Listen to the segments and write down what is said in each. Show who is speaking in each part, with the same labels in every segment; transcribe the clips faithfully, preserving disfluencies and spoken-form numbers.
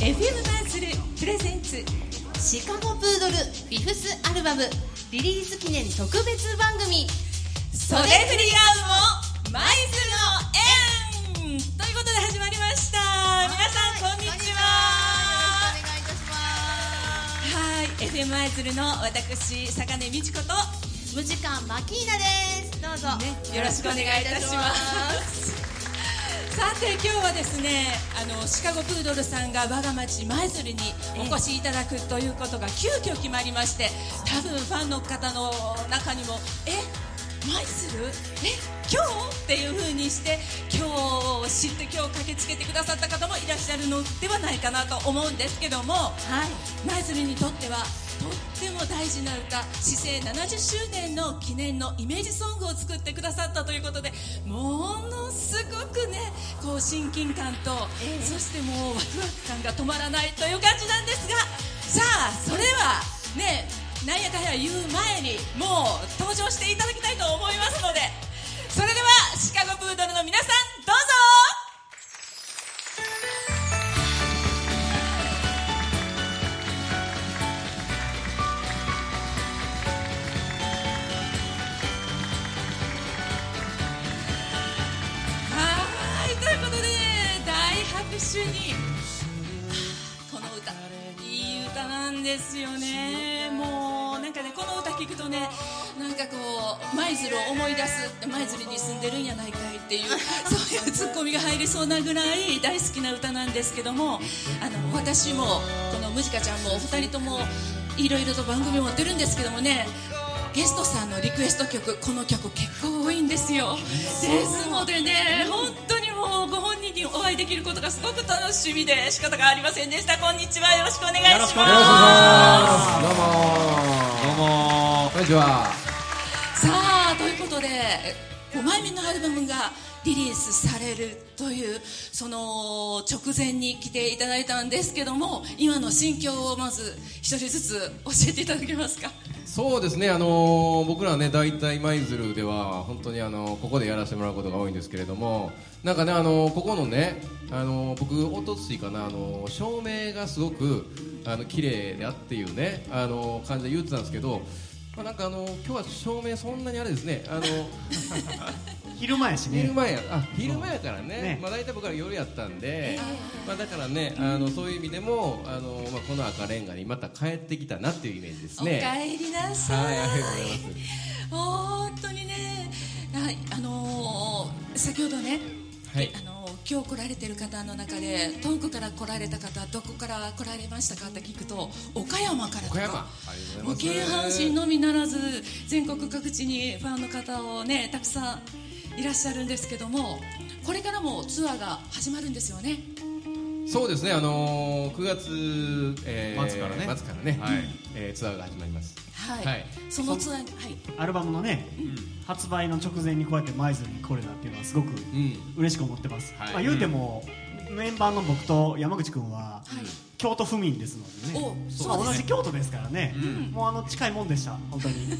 Speaker 1: エフエム マンスルプレゼンツシカゴプードルフィフスアルバムリリース記念特別番組袖振り合うも舞鶴の縁ということで始まりました。皆さんこんにちは。
Speaker 2: よろしくお願いいたします。
Speaker 1: はい、エフエム 舞鶴の私坂根美智子と
Speaker 2: ムジカマキーナです。どうぞ、
Speaker 1: ね、よろしくお願いいたしますさて今日はですね、あのシカゴプードルさんが我が町舞鶴にお越しいただくということが急遽決まりまして、多分ファンの方の中にもえ舞鶴え今日っていう風にして今日知って今日駆けつけてくださった方もいらっしゃるのではないかなと思うんですけども、はい、舞鶴にとってはとっても大事な歌、市政ななじゅっしゅうねんの記念のイメージソングを作ってくださったということで、ものすごくねこう親近感と、えー、そしてもうワクワク感が止まらないという感じなんですが、さあそれはねなんやかんや言う前にもう登場していただきたいと思いますので、それではシカゴプードルの皆さんどうぞ。拍手にこの歌いい歌なんですよね。もうなんかねこの歌聴くとねなんかこう舞鶴を思い出す、舞鶴に住んでるんやないかいっていうそういうツッコミが入りそうなぐらい大好きな歌なんですけども、あの私もこのムジカちゃんもお二人ともいろいろと番組を持ってるんですけどもね、ゲストさんのリクエスト曲この曲結構多いんですよ。ですのでね本当にもうご本人にお会いできることがすごく楽しみで仕方がありませんでした。こんにちは、よろしくお願いします。よろしくお願いし
Speaker 3: ます。どうもどうもこんにちは。
Speaker 1: さあということでごまいめのアルバムがリリースされるというその直前に来ていただいたんですけども、今の心境をまず一人ずつ教えていただけますか。
Speaker 3: そうですね、あのー、僕らね大体舞鶴では本当にあのここでやらせてもらうことが多いんですけれども、なんかねあのー、ここのねあのー、僕おとついかなあのー、照明がすごくあの綺麗だっていうねあのー、感じで言ってたんですけど、まあ、なんかあのー、今日は照明そんなにあれですねあのー
Speaker 4: 昼前やしね。
Speaker 3: 昼前や、あ、昼前やからね、
Speaker 4: ね
Speaker 3: まあ大体僕ら夜やったんで、まあだからね、あのそういう意味でもあのまあこの赤レンガにまた帰ってきたなっていうイメージですね。
Speaker 1: お帰りなさい。
Speaker 3: はい、ありがとうございます。
Speaker 1: 本当にね、あ、あのー、先ほどね、
Speaker 3: はい、
Speaker 1: あのー、今日来られてる方の中で遠くから来られた方どこから来られましたかって聞くと岡山からとか、
Speaker 3: 岡山、ありがとうございます。
Speaker 1: 京阪神のみならず全国各地にファンの方をねたくさんいらっしゃるんですけども、これからもツアーが始まるんですよね。
Speaker 3: そうですね、あのー、くがつ、えー、
Speaker 4: 末からね
Speaker 3: 末からね、
Speaker 4: はい
Speaker 3: えー、ツアーが始まります。
Speaker 1: はい、
Speaker 3: はい、
Speaker 1: そのツアーに、はい、
Speaker 4: アルバムのね、うん、発売の直前にこうやって舞鶴に来れたっていうのはすごく嬉しく思ってます、うん、まあ、言うても、うん、メンバーの僕と山口君は、はい、京都府民ですのでね、まあ、同じ京都ですからね、うん、もうあの近いもんでした本当に、うん、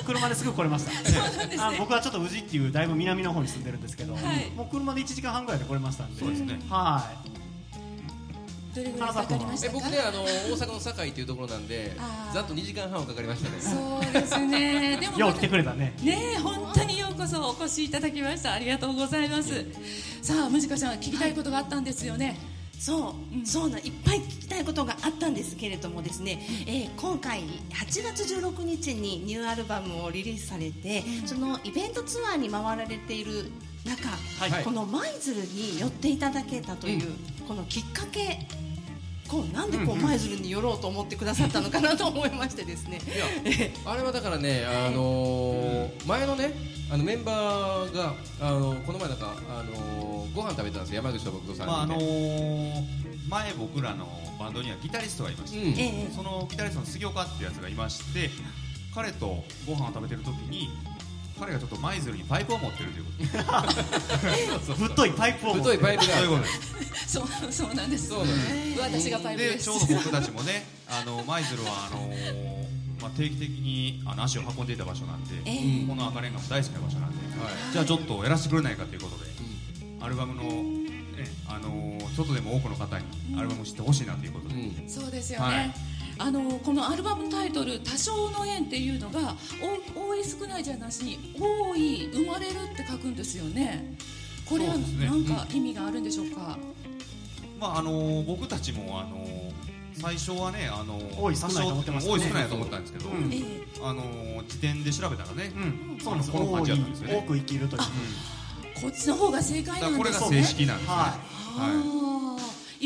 Speaker 4: 車ですぐ来れましたね、あ僕はちょっと宇治っていうだいぶ南の方に住んでるんですけど、はい、もう車でいちじかんはんぐらいで来れましたんで。
Speaker 3: そうですね、
Speaker 4: はい、
Speaker 1: どれぐらいかかりましたか。
Speaker 3: え僕ねあの大阪の堺というところなんでざっとにじかんはんはかかりましたね。
Speaker 1: そうですねでも
Speaker 4: よう来てくれたね。
Speaker 1: ねえ本当にようこそお越しいただきました。ありがとうございます。さあムジカちゃん聞きたいことがあったんですよね。はい、
Speaker 2: そう、うん、そうないっぱい聞きたいことがあったんですけれどもですね、うん、えー、今回はちがつじゅうろくにちにニューアルバムをリリースされて、うん、そのイベントツアーに回られている中、はい、この舞鶴に寄っていただけたという、うん、このきっかけ、こうなんでこう舞鶴に寄ろうと思ってくださったのかなと思いましてですね。
Speaker 3: いやあれはだからね、あのー、前のねあのメンバーが、あのー、この前なんか、あのー、ご飯食べたんですよ、山口と僕とさんに、まああのー、
Speaker 5: 前僕らのバンドにはギタリストがいまして、うん、そのギタリストの杉岡ってやつがいまして、彼とご飯を食べてる時に彼がちょっと舞鶴にパイプを持ってるということで
Speaker 4: 太いパイプを持ってる、
Speaker 3: 太いパイプが
Speaker 5: そういうことです
Speaker 1: そうそうなんです。
Speaker 3: そうなんです。
Speaker 1: 私がパイプです。
Speaker 5: でちょうど僕たちもねあの舞鶴はあのーまあ、定期的にあの足を運んでいた場所なんで、えー、この赤レンガも大好きな場所なんで、はい、じゃあちょっとやらせてくれないかということで、うん、アルバムの、ね、 あのー、ちょっとでも多くの方にアルバムを知ってほしいなということで、
Speaker 1: うん、そうですよね、
Speaker 5: はい、
Speaker 1: あのこのアルバムタイトル「多少の縁」っていうのが多い少ないじゃなしに多い生まれるって書くんですよね。これは何か意味があるんでしょうか。
Speaker 5: うん、まああのー、僕たちもあのー最初はね、あのー、
Speaker 4: 多い少ないと思ってましたね。
Speaker 5: 多い少ないと思ったんですけど、うん、あのー、辞典で調べたらね、うん、そうなんです。この感じだったんですよね。
Speaker 4: 多く生きるという、
Speaker 1: うん、こっちの方が正解なんですね。
Speaker 5: これが正式なんですね。はい。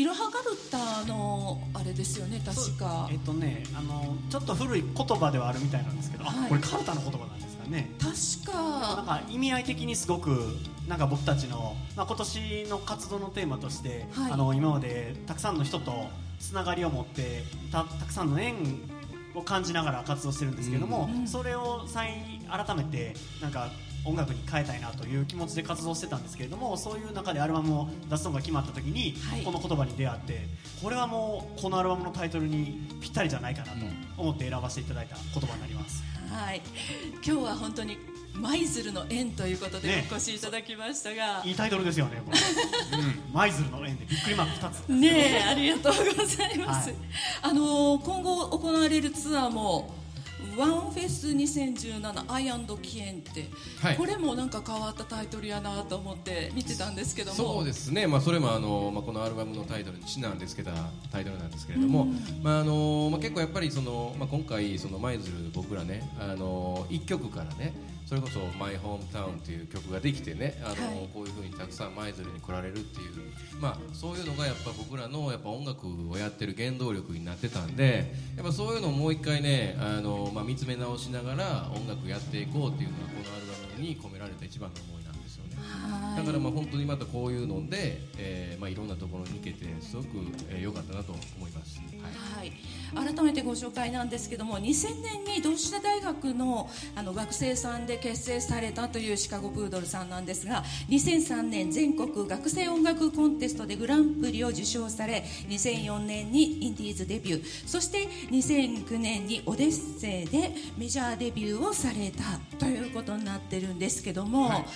Speaker 1: いろはカルタのあれですよね、確か。
Speaker 4: えっとね、あのちょっと古い言葉ではあるみたいなんですけど、はい、あ、これカルタの言葉なんですかね。
Speaker 1: 確か。
Speaker 4: なんか意味合い的にすごくなんか僕たちの、まあ、今年の活動のテーマとして、はい、あの今までたくさんの人とつながりを持って た, たくさんの縁を感じながら活動してるんですけども、うん、それを再改めてなんか音楽に変えたいなという気持ちで活動してたんですけれども、そういう中でアルバムを出すのが決まった時に、はい、この言葉に出会って、これはもうこのアルバムのタイトルにぴったりじゃないかなと思って選ばせていただいた言葉になります。
Speaker 1: はい、今日は本当に舞鶴の縁ということでお越しいただきましたが、
Speaker 4: ね、いいタイトルですよねこれ、うん、舞鶴の縁でびっくりマークふたつ
Speaker 1: ねえ、ありがとうございます、はい、あのー、今後行われるツアーもワンフェスにせんじゅうななアイ&キエンテ、はい、これもなんか変わったタイトルやなと思って見てたんですけども。
Speaker 3: そうですね、まあ、それもあの、まあ、このアルバムのタイトルにちなんでつけたタイトルなんですけれども、まああのまあ、結構やっぱりその、まあ、今回その舞鶴僕らね、あのいっきょくからね、それこそマイホームタウンという曲ができてね、あの、はい、こういう風にたくさん舞鶴に来られるっていう、まあ、そういうのがやっぱ僕らのやっぱ音楽をやってる原動力になってたんで、やっぱそういうのをもう一回ね、あの、まあ、見つめ直しながら音楽やっていこうっていうのがこのアルバムに込められた一番の思いなんですよね。だからまあ本当にまたこういうので、えーまあ、いろんなところに行けてすごく良、えー、かったなと思います、
Speaker 1: はいはい、改めてご紹介なんですけども、にせんねんに同志社大学 の, あの学生さんで結成されたというシカゴプードルさんなんですが、にせんさんねん全国学生音楽コンテストでグランプリを受賞され、にせんよねんにインディーズデビュー、そしてにせんきゅうねんにオデッセイでメジャーデビューをされたということになってるんですけども、はい、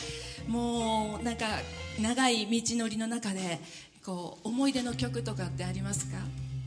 Speaker 1: もうなんか長い道のりの中でこう思い出の曲とかってありますか？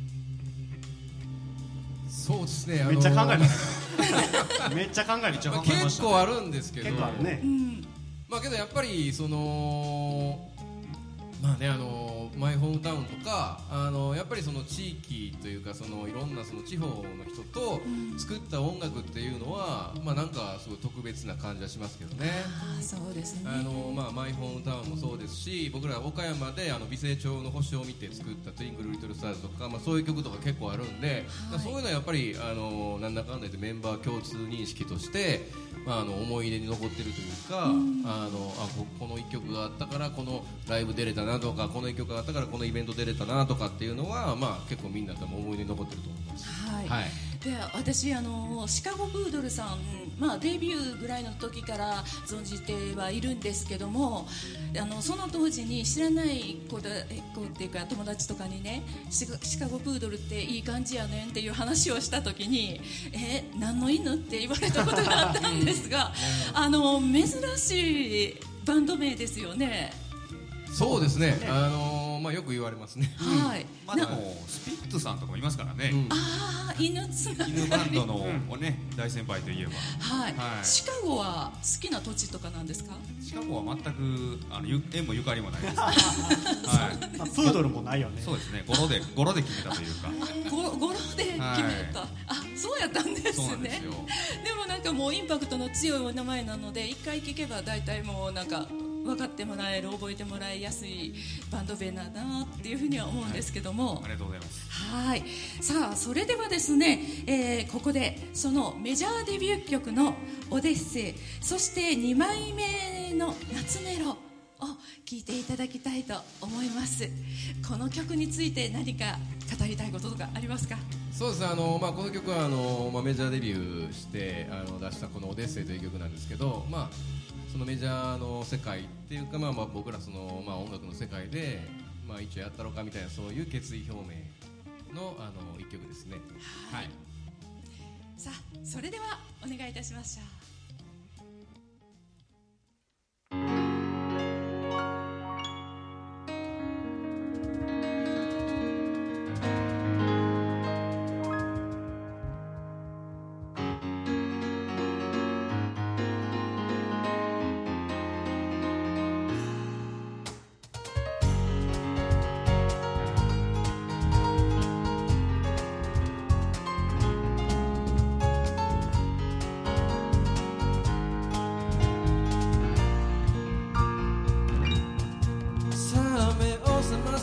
Speaker 3: そうですね、
Speaker 4: めっちゃ考えためっちゃ考えた、
Speaker 3: まあ、結構あるんですけど、
Speaker 4: 結構あるね、うん、
Speaker 3: まあけどやっぱりそのまあね、あのマイホームタウンとか、あのやっぱりその地域というか、そのいろんなその地方の人と作った音楽っていうのは、まあなんかすごい特別な感じはしますけどね。
Speaker 1: あ、そうですね。
Speaker 3: あのまあマイホームタウンもそうですし、僕ら岡山であの美星町の星を見て作ったトゥインクルリトルスターズとか、まあそういう曲とか結構あるんで、はい、そういうのはやっぱりあのなんだかんだ言ってメンバー共通認識として、まあ、あの思い出に残ってるというか、うん、あのあ こ, このいっきょくがあったからこのライブ出れたなとか、このいっきょくがあったからこのイベント出れたなとかっていうのは、まあ、結構みんな多分思い出に残ってると思います。
Speaker 1: はい、はい、で私あのシカゴプードルさん、まあ、デビューぐらいの時から存じてはいるんですけども、あのその当時に知らない子だ子っていうか友達とかにね、シカ、シカゴプードルっていい感じやねんっていう話をした時に、え何の犬って言われたことがあったんですがあの珍しいバンド名ですよね。
Speaker 3: そうですね、あのーまあ、よく言われますね、
Speaker 1: はい、
Speaker 5: まあ、でもスピッツさんとかもいますからね、うん、
Speaker 1: ああ、犬つながり、
Speaker 5: 犬バンドの、ね、大先輩といえば、
Speaker 1: はいはい、シカゴは好きな土地とかなんですか？
Speaker 5: シカゴは全くあの縁もゆかりもないです、ね、はい、
Speaker 4: まあ、プードルもないよね。
Speaker 5: そうですね、ゴロでゴロで決めたというか
Speaker 1: ゴロゴロで決めた、はい、あ、そうやったんですね。
Speaker 5: そうなんですよ。
Speaker 1: でもなんかもうインパクトの強いお名前なので、一回聞けば大体もうなんか分かってもらえる、覚えてもらいやすいバンド名だなっていうふうには思うんですけども、
Speaker 5: はい、ありがとうございます。
Speaker 1: はい、さあそれではですね、えー、ここでそのメジャーデビュー曲のオデッセイ、そしてにまいめの夏メロを聴いていただきたいと思います。この曲について何か語りたいこととかありますか？
Speaker 3: そうですね、あの、まあ、この曲はあの、まあ、メジャーデビューしてあの出したこのオデッセイという曲なんですけど、まあそのメジャーの世界っていうか、まあ、まあ僕らその、まあ、音楽の世界で、まあ、一応やったろかみたいな、そういう決意表明の、あの一曲ですね。はい、はい、
Speaker 1: さあそれではお願いいたしましょう。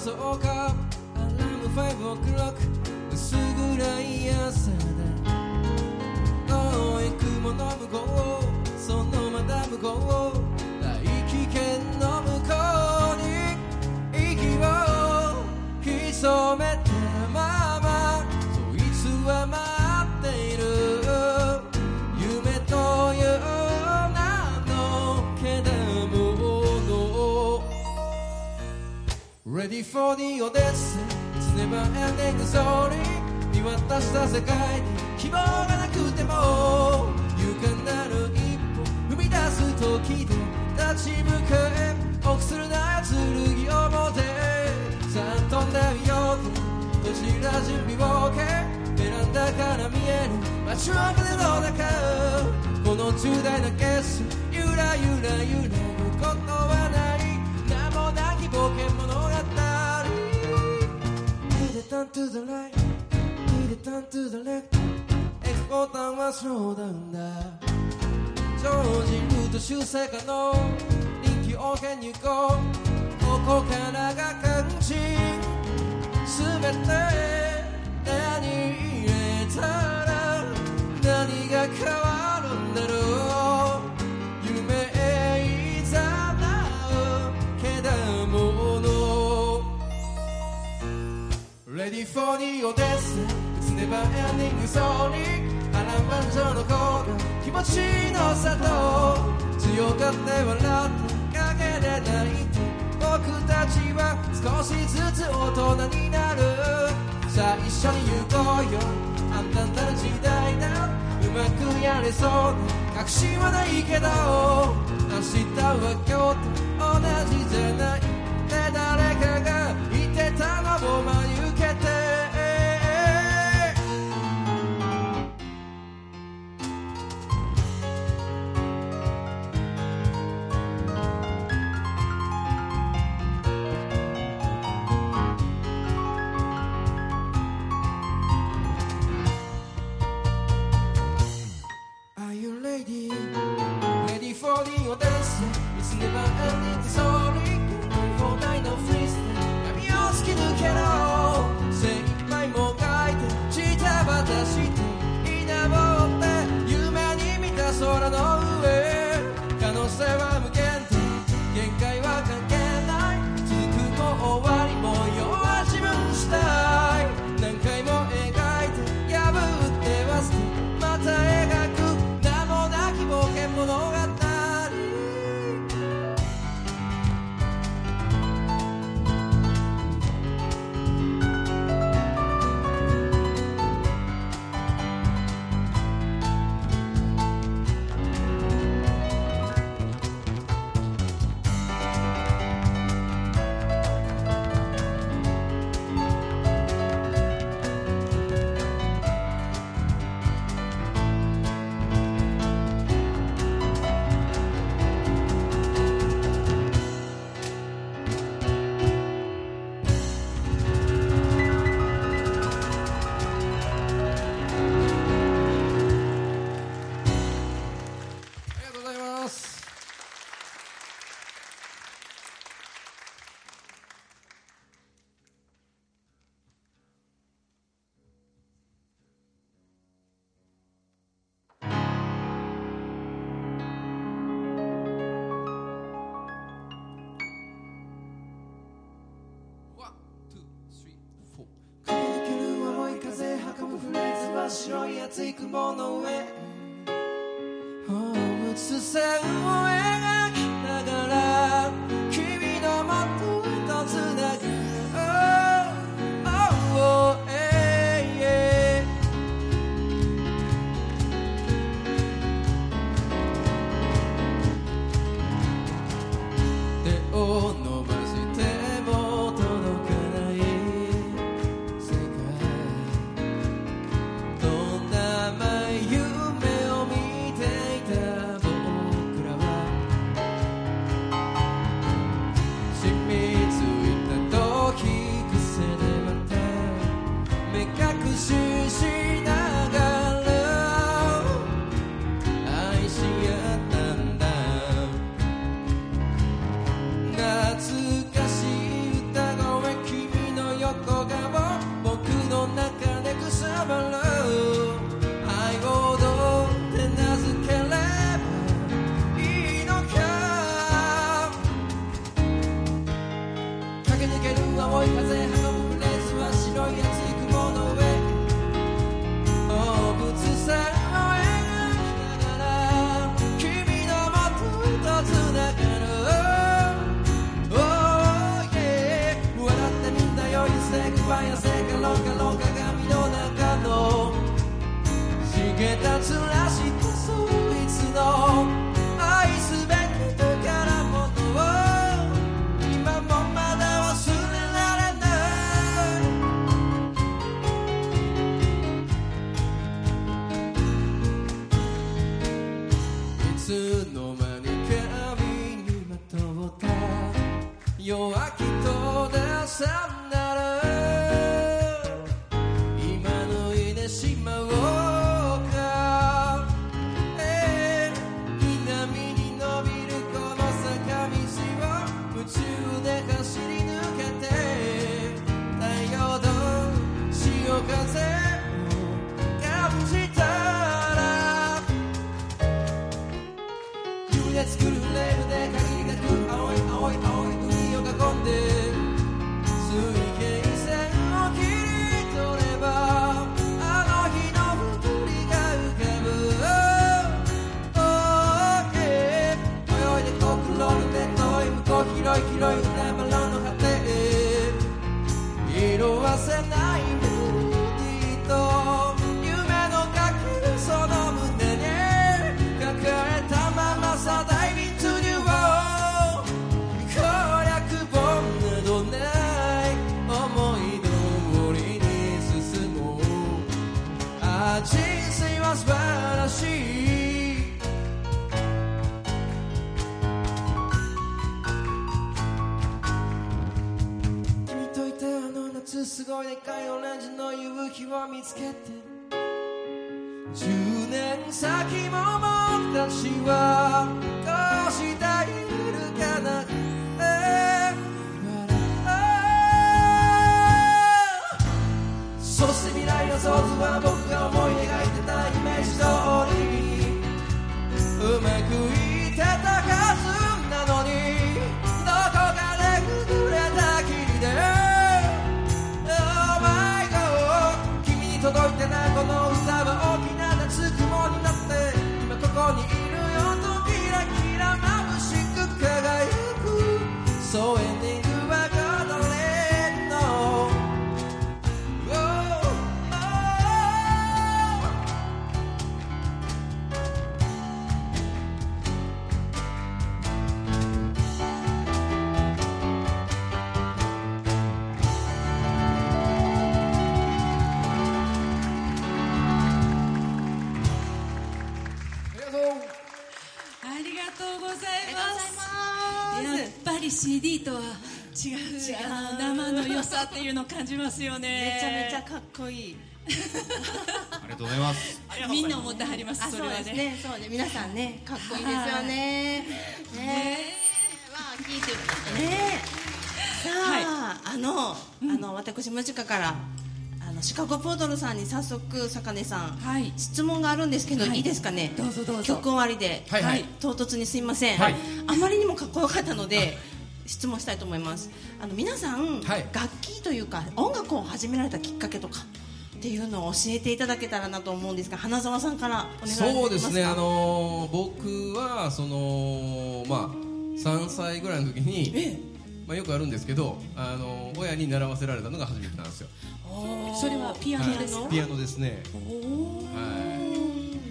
Speaker 3: そうかアラームファイブオクロック薄暗い朝だ遠い雲の向こうそのまた向こう大気圏の向こうに息を潜めたままそいつは待っている夢という名のけだもの Ready for the Odyssey It's never ending story 見渡した世界に希望がなくても勇敢なる一歩踏み出す時で立ち向かえ臆するなよ剣を持てさあ飛んでみようとどちら準備を OK ベランダから見える街の風の中この重大な決心ゆらゆら揺れることはない名もなき冒険物語 Lead it down to the right Lead it down to the left X ボタンはスローダウンだ常時ルート修正可能臨機応変に行こうここからが肝心全て手に入れたら何が変わるんだろう夢いざなうけだもの Ready for the Odyssey It's never ending story 波乱万丈の声気持ちの里強がって笑って陰で泣いて僕たちは少しずつ大人になるさあ一緒に行こうよあんたたる時代だうまくやれそうな確信はないけど明日は今日と同じじゃないって誰かが言ってたのを真に受けて白い熱い雲の上放物線を描きながら君のもとへとつなぐ Oh, oh, oh, hey, yeah. 手を伸ばしても届かない世界どんな甘い夢を見ていた僕らはつの間に髪にまとった弱気と出さんなら今のいでしまおうか、えー、南に伸びるこの坂道を夢中で走り抜けて太陽と潮風を感じたら君で作るレールで限りなく青い青い青い海を囲んで水平線を切り取ればあの日の二人が浮かぶ、oh, yeah、 泳いでこうクロールで遠い向こう広い広い海原の果てへ色褪せないメロディーと夢のかけるその胸に抱えたままさダイビングニュー攻略本などない思い通りに進もう、ああ人生は素晴らしい、君といたあの夏すごいでかいオレンジの夕日を見つけてじゅうねん先も僕たちはこうしているかな、えーそして未来の想像は僕が思い描いてたイメージ通りうまくいってたはずなのにどこかでくぐれたきりで Oh my God 君に届いてないこの歌は大きな夏雲になって今ここにいるよとキラキラ眩しく輝く、そうエンディングはこのレッド
Speaker 1: やっぱり シーディー とは違う、違う生の良さっていうのを感じますよね。
Speaker 2: めちゃめちゃかっこいい
Speaker 5: ありがとうございます。
Speaker 1: みんな思ってはります。それはね。
Speaker 2: そうですね、そうね、皆さんね、かっこいいですよね。ねえ、まあ聞いてるね。さあ、あの、あの私ムジカからあのシカゴポードルさんに早速坂根さん、はい、質問があるんですけど、はい、いいですかね。
Speaker 1: どうぞどうぞ。
Speaker 2: 曲終わりで、はいはい、唐突にすいません、はい、あまりにもかっこよかったので質問したいと思います。あの皆さん、はい、楽器というか音楽を始められたきっかけとかっていうのを教えていただけたらなと思うんですが、花澤さんからお願いしますか。
Speaker 3: そうですね、あのー、僕はその、まあ、さんさいぐらいの時に、ええ、まあ、よくあるんですけど、あのー、親に習わせられたのが初めてなんですよ。
Speaker 1: それはピアノですか。
Speaker 3: はい、ピアノですね。お、はい、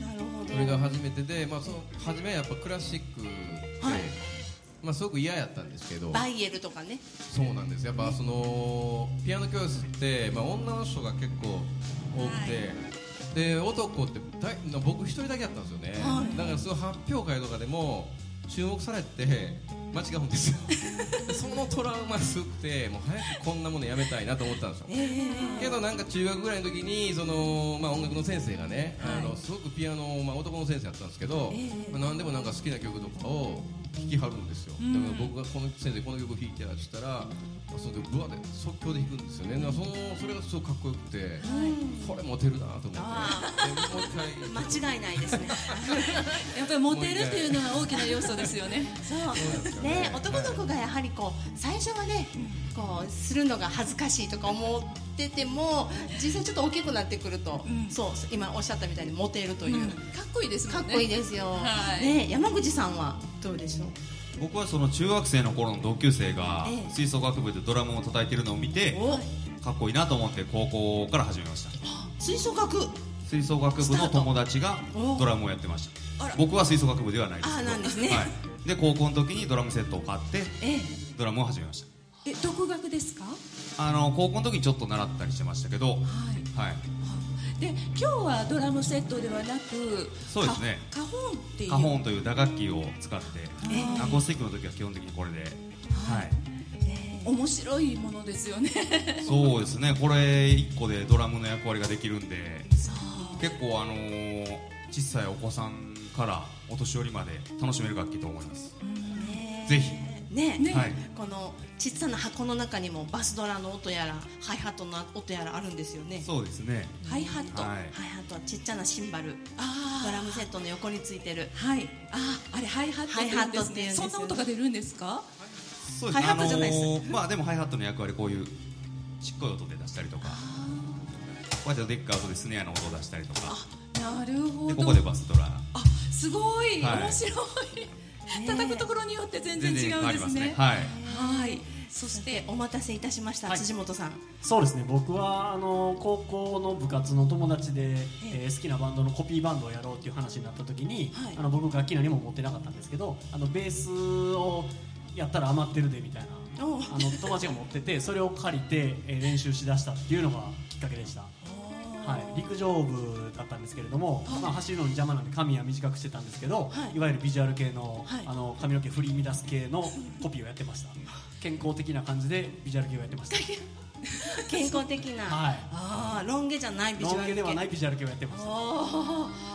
Speaker 3: なるほど。それが初めてで、まあ、その初めはやっぱクラシックで、はい、まあ、すごく嫌やったんですけど、
Speaker 2: バイエルとかね。
Speaker 3: そうなんです。やっぱそのピアノ教室って、まあ、女の人が結構多くて、はい、で男ってだい僕一人だけやったんですよね、はい、だからその発表会とかでも注目されて間違うんですよそのトラウマすごくて、もう早くこんなものやめたいなと思ったんですよ、えー、けどなんか中学ぐらいの時にその、まあ、音楽の先生がね、はい、あのすごくピアノ、まあ、男の先生やったんですけど、えーまあ、何でもなんか好きな曲とかを弾きはるんですよ、うん、だから僕がこの先生この曲弾いてらしたら、それでブワで即興で弾くんですよね。だからそのそれがすごくかっこよくて、はい、これモテるなと思って、も
Speaker 2: う一回間違いないですね
Speaker 1: やっぱりモテるっていうのは大きな要素ですよね
Speaker 2: そうね、男の子がやはりこう最初はね、こうするのが恥ずかしいとか思ってても、実際ちょっと大きくなってくると、うん、そう今おっしゃったみたいにモテるという、うん、か
Speaker 1: っこいいですもんね。
Speaker 2: かっこいいですよ、はい、ね、山口さんはどうでしょう。
Speaker 5: 僕はその中学生の頃の同級生が吹奏楽部でドラムを叩いてるのを見て、かっこいいなと思って高校から始めました。
Speaker 2: 吹奏楽
Speaker 5: 吹奏楽部の友達がドラムをやってました。僕は吹奏楽部ではないですけど、
Speaker 2: あ、なんですね、はい、
Speaker 5: で高校の時にドラムセットを買ってドラムを始めました。
Speaker 1: え、独学ですか。
Speaker 5: あの高校の時にちょっと習ったりしてましたけど、はい、はい、
Speaker 1: で今日はドラムセットではなく、
Speaker 5: そうですね、
Speaker 1: カホンっていう
Speaker 5: カホンという打楽器を使って、アコースティックの時は基本的にこれで、はい、
Speaker 1: 面白いものですよね。
Speaker 5: そうですね、これいっこでドラムの役割ができるんで、結構あのー、小さいお子さんからお年寄りまで楽しめる楽器と思います。ぜひ
Speaker 2: ね、ね、はい、この小さな箱の中にもバスドラの音やらハイハットの音やらあるんですよね。
Speaker 5: そうですね、
Speaker 1: ハイハット、
Speaker 2: はい、ハイハットはちっちゃなシンバル、あドラムセットの横についてる、
Speaker 1: はい、ああれハイハットって言うんですね。そんな音が出るんですか？
Speaker 5: そうですね、ハイハットじゃないです、あのー、まあでもハイハットの役割こういうちっこい音で出したりとか、こうやってデッカー音でスネアの音を出したりとか、
Speaker 1: なるほど、
Speaker 5: でここでバスドラ、
Speaker 1: あすごい、はい、面白い叩くところによって全然違うんですね。
Speaker 5: ね、はい、
Speaker 1: はい、そしてお待たせいたしました、はい、辻本さん。
Speaker 4: そうですね、僕はあの高校の部活の友達で、えー、好きなバンドのコピーバンドをやろうっていう話になった時に、はい、あの僕楽器何も持ってなかったんですけど、あのベースをやったら余ってるでみたいなあの友達が持ってて、それを借りて、えー、練習しだしたっていうのがきっかけでした。はい、陸上部だったんですけれども、まあ、走るのに邪魔なんで髪は短くしてたんですけど、はい、いわゆるビジュアル系の、はい、あの髪の毛振り乱す系のコピーをやってました。健康的な感じでビジュアル系をやってました。
Speaker 2: 健康的な、はい、あロン毛じゃないビジュアル系、
Speaker 4: ロン毛ではないビジュアル系をやってました。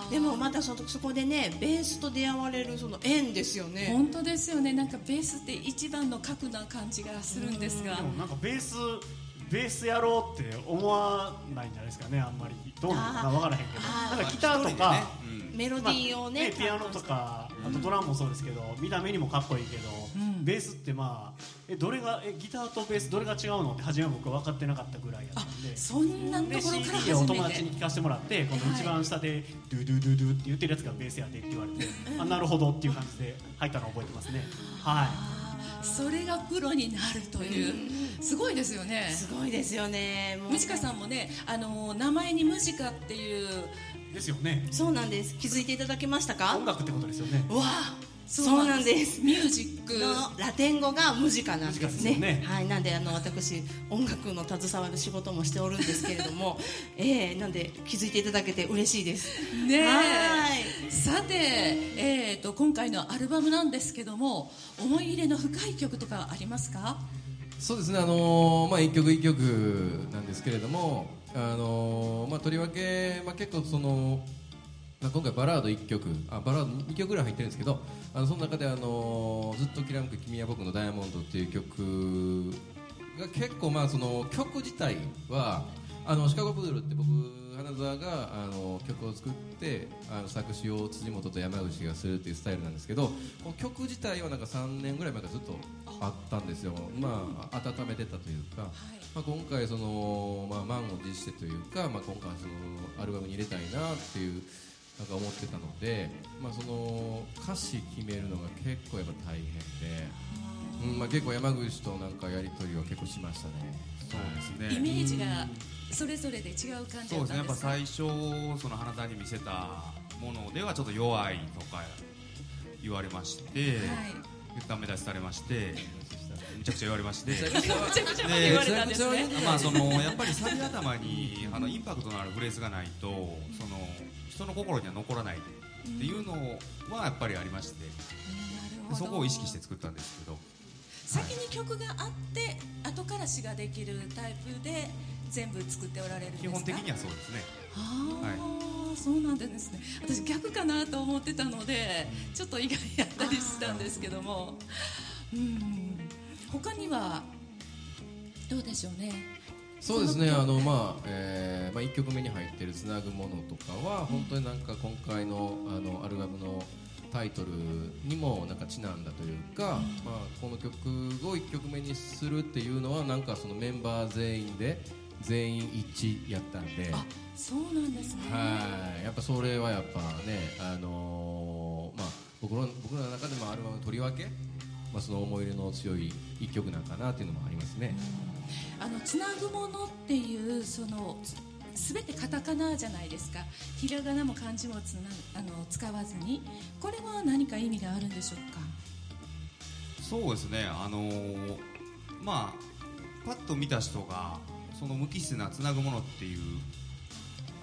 Speaker 2: でもまた そ, そこでねベースと出会われるその縁ですよね。
Speaker 1: 本当ですよね。なんかベースって一番の核な感じがするんですが、
Speaker 4: でもなんかベースベースやろうって思わないんじゃないですかね、あんまり。どうなのか分からへんけど、なんかギターとか、ね、
Speaker 2: うん、メロディーをね、
Speaker 4: まあ、ピアノとか、あとドラムもそうですけど、見た目にもかっこいいけど、うん、ベースってまあえどれがえギターとベースどれが違うのって初めは僕は分かってなかったぐらいやったんで、
Speaker 1: そんなところから初めて
Speaker 4: シーディー をお友達に聴かせてもらって、この一番下でドゥドゥドゥドゥって言ってるやつがベースやでって言われて、あなるほどっていう感じで入ったのを覚えてますね。はい、
Speaker 1: それがプロになるという、すごいですよね。
Speaker 2: すごいですよね。
Speaker 1: ムジカさんもね、あの名前にムジカっていう
Speaker 4: ですよね。
Speaker 2: そうなんです。気づいていただけましたか？
Speaker 4: 音楽ってことですよね。
Speaker 2: わあ、そうなんです。
Speaker 1: ミュージック
Speaker 2: のラテン語がムジカなんですね。ね、はい、なんであの私音楽の携わる仕事もしておるんですけれども、えー、なんで気づいていただけて嬉しいです。
Speaker 1: ね、はい。さて、えーと今回のアルバムなんですけども、思い入れの深い曲とかありますか？
Speaker 3: そうですね、あのー、まあ一曲一曲なんですけれども、あのー、まあとりわけ、まあ結構その。今回バラードいっきょく、あバラードにきょくぐらい入ってるんですけど、あのその中で、あのー、ずっときらめく君は僕のダイヤモンドっていう曲が結構、まあその曲自体はあのシカゴプードルって僕花澤があの曲を作ってあの作詞を辻本と山口がするっていうスタイルなんですけど、この曲自体はなんかさんねんぐらい前からずっとあったんですよ。まあ温めてたというか、はい、まあ、今回その、まあ、満を持してというか、まあ、今回そのアルバムに入れたいなっていうなんか思ってたので、まあ、その歌詞決めるのが結構やっぱ大変で、うん、まあ、結構山口となんかやり取りは結構しましたね。
Speaker 5: そうですね、
Speaker 1: イメージがそれぞれで違う感じだったんですか？
Speaker 5: そうですね、やっぱ最初その花田に見せたものではちょっと弱いとか言われまして、はい、ダメ出しされましてめちゃくちゃ言われましてめちゃくちゃ言われたんですね。まあそのやっぱりサビ頭にあのインパクトのあるフレーズがないとその人の心には残らないっていうのはやっぱりありまして、うん、そこを意識して作ったんですけど、
Speaker 1: 先に曲があって後から詞ができるタイプで全部作っておられるんですか？
Speaker 5: 基本的にはそうですね。
Speaker 1: あ、はい、そうなんですね。私逆かなと思ってたのでちょっと意外やったりしたんですけども、うん、他にはどうでしょうね。
Speaker 3: そうですね、あの、まあえーまあ、いっきょくめに入ってるつなぐものとかは、うん、本当になんか今回の、あのアルバムのタイトルにもなんかちなんだというか、うん、まあ、この曲をいっきょくめにするっていうのはなんかそのメンバー全員で全員一致やったんで、
Speaker 1: あ、そうなんですね。
Speaker 3: はい、やっぱそれはやっぱね、あのーまあ、僕の僕の中でもアルバムのとりわけ、まあ、その思い入れの強いいっきょくなんかなっていうのもありますね。
Speaker 1: うん、あのつなぐものっていうその全てカタカナじゃないですか。ひらがなも漢字もつなあの使わずに、これは何か意味があるんでしょうか？
Speaker 5: そうですね、あのー、まあパッと見た人がその無機質なつなぐものっていうあ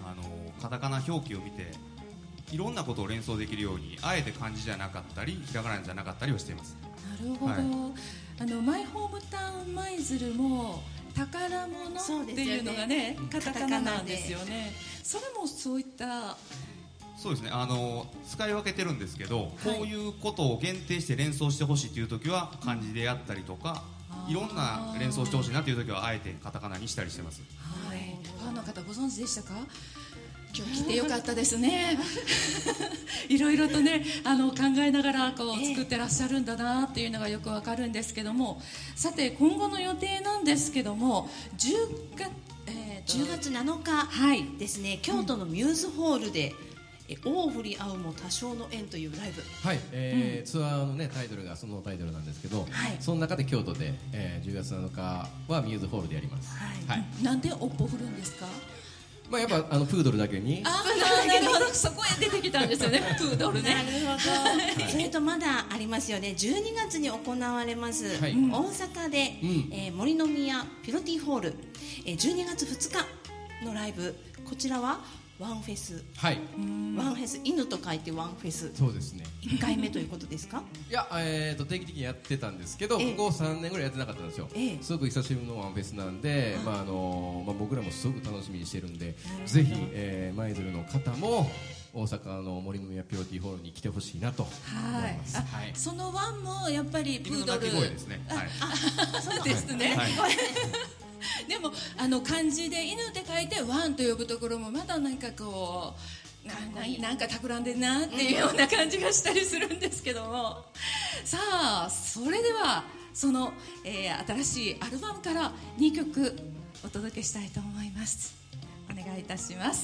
Speaker 5: あのカタカナ表記を見ていろんなことを連想できるようにあえて漢字じゃなかったりひらがなじゃなかったりをしています。
Speaker 1: なるほど、はい、あのマイホームタウン舞鶴も宝物っていうのがね、カタカナなんですよね。それもそういった
Speaker 5: そうですね、あの使い分けてるんですけど、はい、こういうことを限定して連想してほしいという時は漢字でやったりとか、いろんな連想してほしいなという時はあえてカタカナにしたりしてます。
Speaker 1: はい、ファンの方ご存知でしたか？今日来てよかったですねいろいろとねあの考えながらこう作ってらっしゃるんだなっていうのがよくわかるんですけども、さて今後の予定なんですけどもじゅうがつ、えー、
Speaker 2: じゅうがつなのかですね、はい、京都のミューズホールで、うん、大振り合うも多少の縁というライブ、
Speaker 3: はい、えーうん、ツアーの、ね、タイトルがそのタイトルなんですけど、はい、その中で京都で、えー、じゅうがつなのかはミューズホールでやります、
Speaker 1: はいはい、なんでおっぽ振るんですか？
Speaker 3: まあ、やっぱあのプードルだけに
Speaker 1: あなるほどそこへ出てきたんですよねプードルね。
Speaker 2: なるほど、はい、それとまだありますよね。じゅうにがつに行われます、はい、大阪で、うん、えー、森の宮ピロティホール、えー、じゅうにがつふつかのライブ、こちらはワンフェス、
Speaker 3: はい、
Speaker 2: ワンフェス、犬と書いてワンフェス、
Speaker 3: そうですね、
Speaker 2: いっかいめということですか？
Speaker 3: いや、えー、と定期的にやってたんですけど、えー、ここさんねんぐらいやってなかったんですよ、えー、すごく久しぶりのワンフェスなんで、まああのまあ、僕らもすごく楽しみにしてるんで、ぜひ舞鶴、えー、の方も大阪の森の宮ピロティホールに来てほしいなと思います。
Speaker 1: はい、はい、そのワンもやっぱりプードル、
Speaker 5: 犬の鳴き声ですね、はい、
Speaker 1: あそうですね、はいはいでもあの漢字で犬って書いてワンと呼ぶところもまたなんかこう な, な, なんか企んでんなっていうような感じがしたりするんですけども、さあそれではその、えー、新しいアルバムからにきょくお届けしたいと思います。お願いいたします。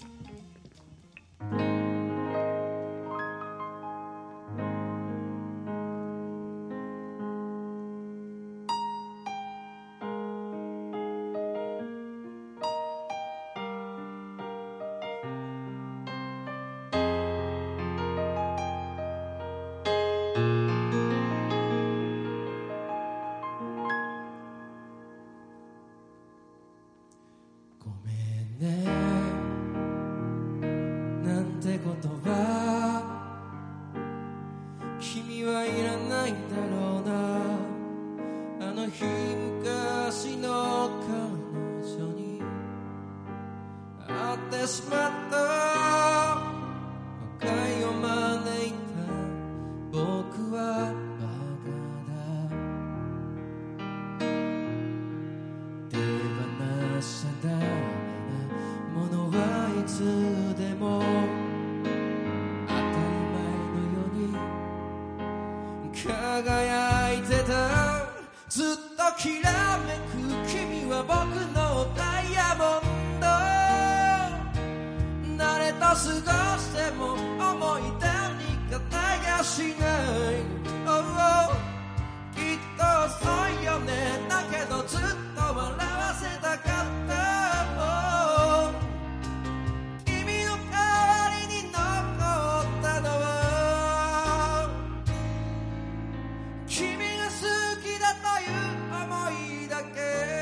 Speaker 6: 輝いてたずっときらめく君は僕のダイヤモンド、誰と過ごしても思い出に型がしない、oh, oh、 きっと遅いよね、だけどずっと笑わせたかった、oh、 君の代わりに残ったのは君が好きだという思いだけ。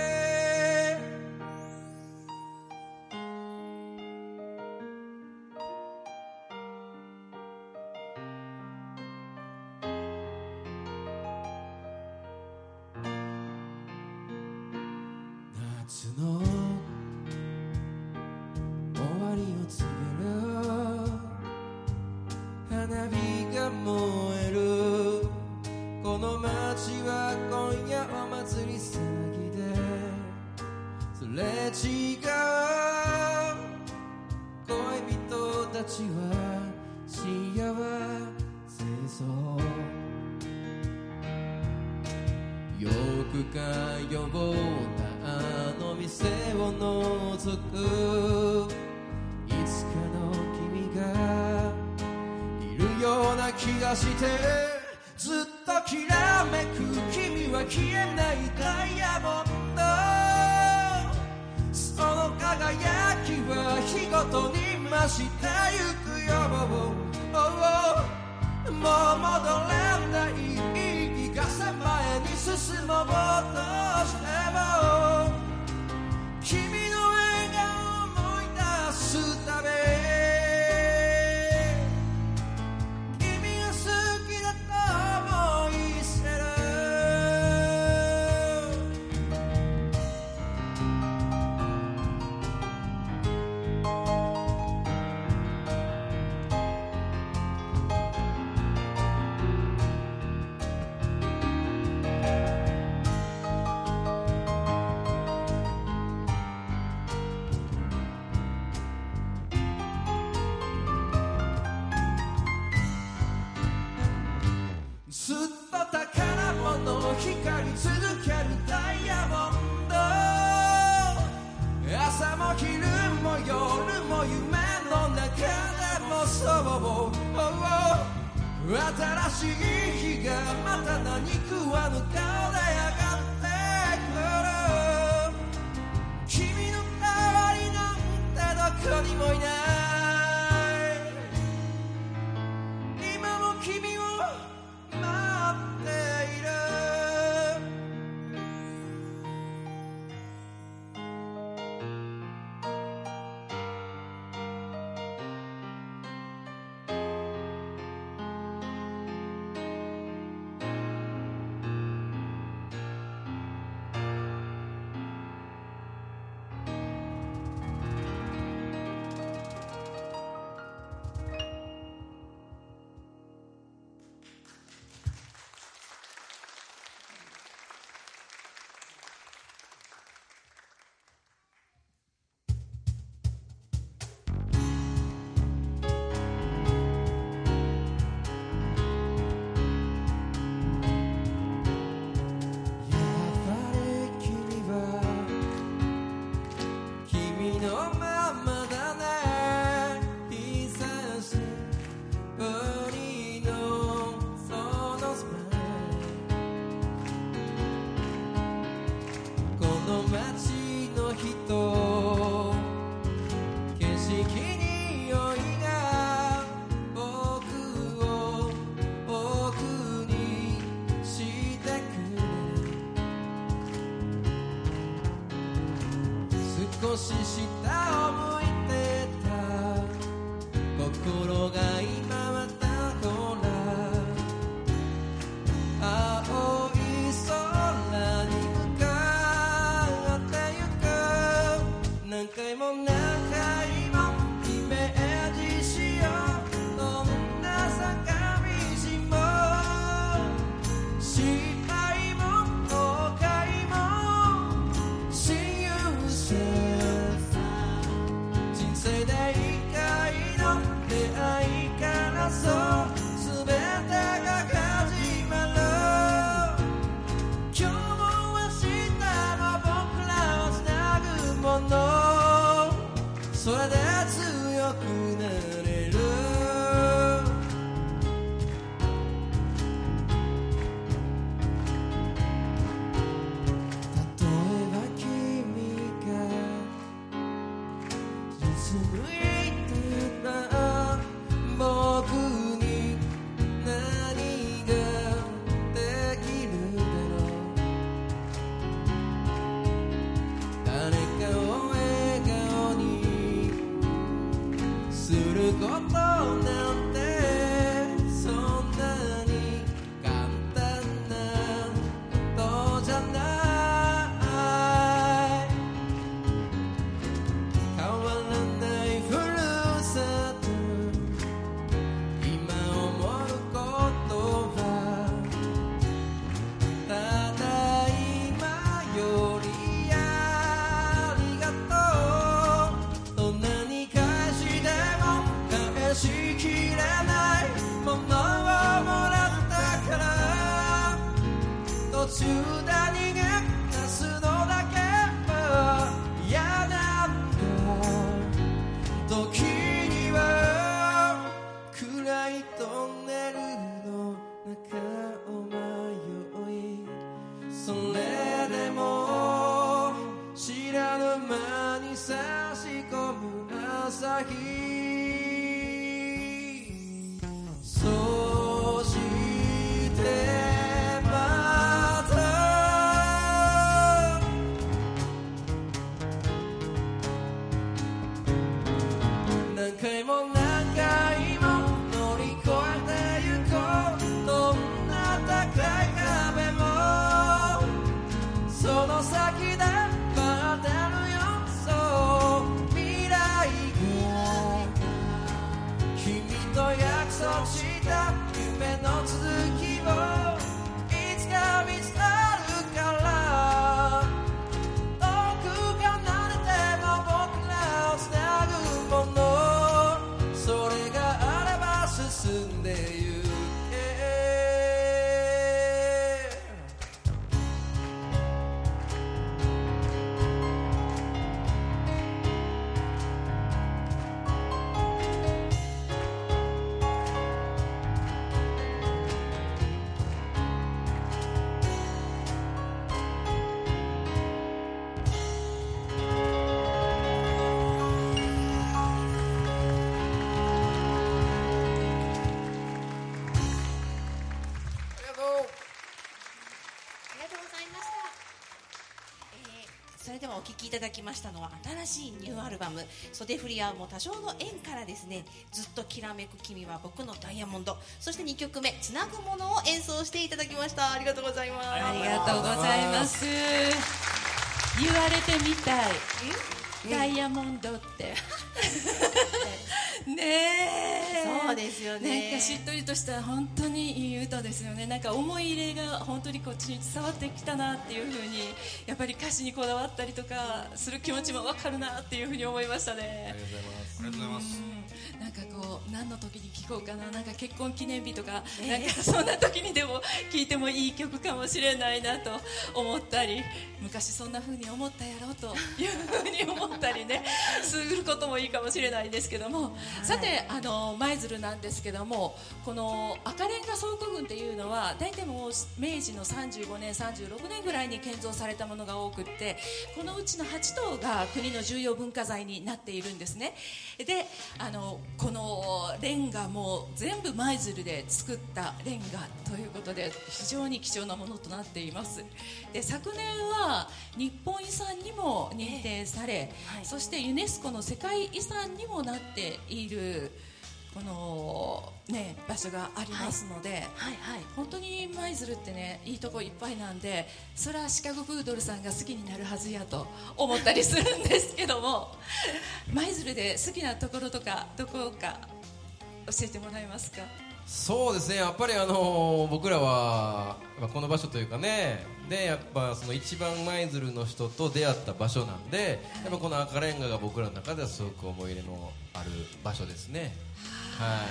Speaker 6: 夏の終わりを告げる花火が燃える、この街は今夜お祭り騒ぎですれ違う恋人たちは幸せそう、よく通ったあの店を覗くいつかの君がいるような気がして、ずっときらめく君は消えないダイヤモンド、その輝きは日ごとに増してゆくよ、oh, oh、 もう戻れない息がせ前に進もうとしても君の笑顔を思い出しずっと宝物光り続けるダイヤモンド朝も昼も夜も夢の中でもそう、oh、新しい日がまた何食わぬ顔で上がってくる君の代わりなんてどこにもいない今も君を待っている少し下を向いてた心が今またほら青い空に向かってゆく何回も何回もイメージしようどんな坂道も失敗も後悔も親友さ人生で一回の出会いからそう全てが始まる今日も明日も僕らをつなぐものそれで強くなれる例えば君が実向いてた僕に何ができるだろう誰かを笑顔にすることなんてそんなに簡単なことじゃない変わらないふるさと今思うことはただ今よりありがとうどんなに返しても返しきれないものをもらったから途中で逃げ出すのだけは嫌なんだ時には暗いトンネルの中を迷いそれでも知らぬ間に差し込む朝日そしてまた何回も何回も乗り越えてゆこうどんな高い壁もその先で待ってるよそう未来が
Speaker 2: お聴きいただきましたのは新しいニューアルバム袖振り合うも多少の縁からですね、ずっときらめく君は僕のダイヤモンド、そしてにきょくめつなぐものを演奏していただきました。ありがとうございます。
Speaker 1: ありがとうございます。言われてみたい、ダイヤモンドってねえ、
Speaker 2: そうですよね。
Speaker 1: なんかしっとりとした本当にいい歌ですよね。なんか思い入れが本当にこっちに伝わってきたなっていう風に、やっぱり歌詞にこだわったりとかする気持ちも分かるなっていう風に思いましたね。
Speaker 3: ありがとうございます。
Speaker 5: ありがとうございます。
Speaker 1: なんかこう何の時に聴こうかな、なんか結婚記念日とか、えー、なんかそんな時にでも聴いてもいい曲かもしれないなと思ったり、昔そんな風に思ったやろうという風に思ったりねすることもいいかもしれないですけども、はい、さてあの舞鶴なんですけども、この赤レンガ倉庫群っていうのは大体もう明治のさんじゅうごねんさんじゅうろくねんぐらいに建造されたものが多くって、このうちのはち棟が国の重要文化財になっているんですね。であのこのレンガも全部舞鶴で作ったレンガということで非常に貴重なものとなっています。で昨年は日本遺産にも認定され、はい、そしてユネスコの世界遺産にもなっているこの、ね、場所がありますので、はいはいはい、本当に舞鶴ってねいいとこいっぱいなんで、それはシカゴプードルさんが好きになるはずやと思ったりするんですけども舞鶴で好きなところとかどこか教えてもらえますか？
Speaker 3: そうですね、やっぱりあの僕らはこの場所というかね、でやっぱその一番舞鶴の人と出会った場所なんで、やっぱこの赤レンガが僕らの中ではすごく思い入れのある場所ですね。はい、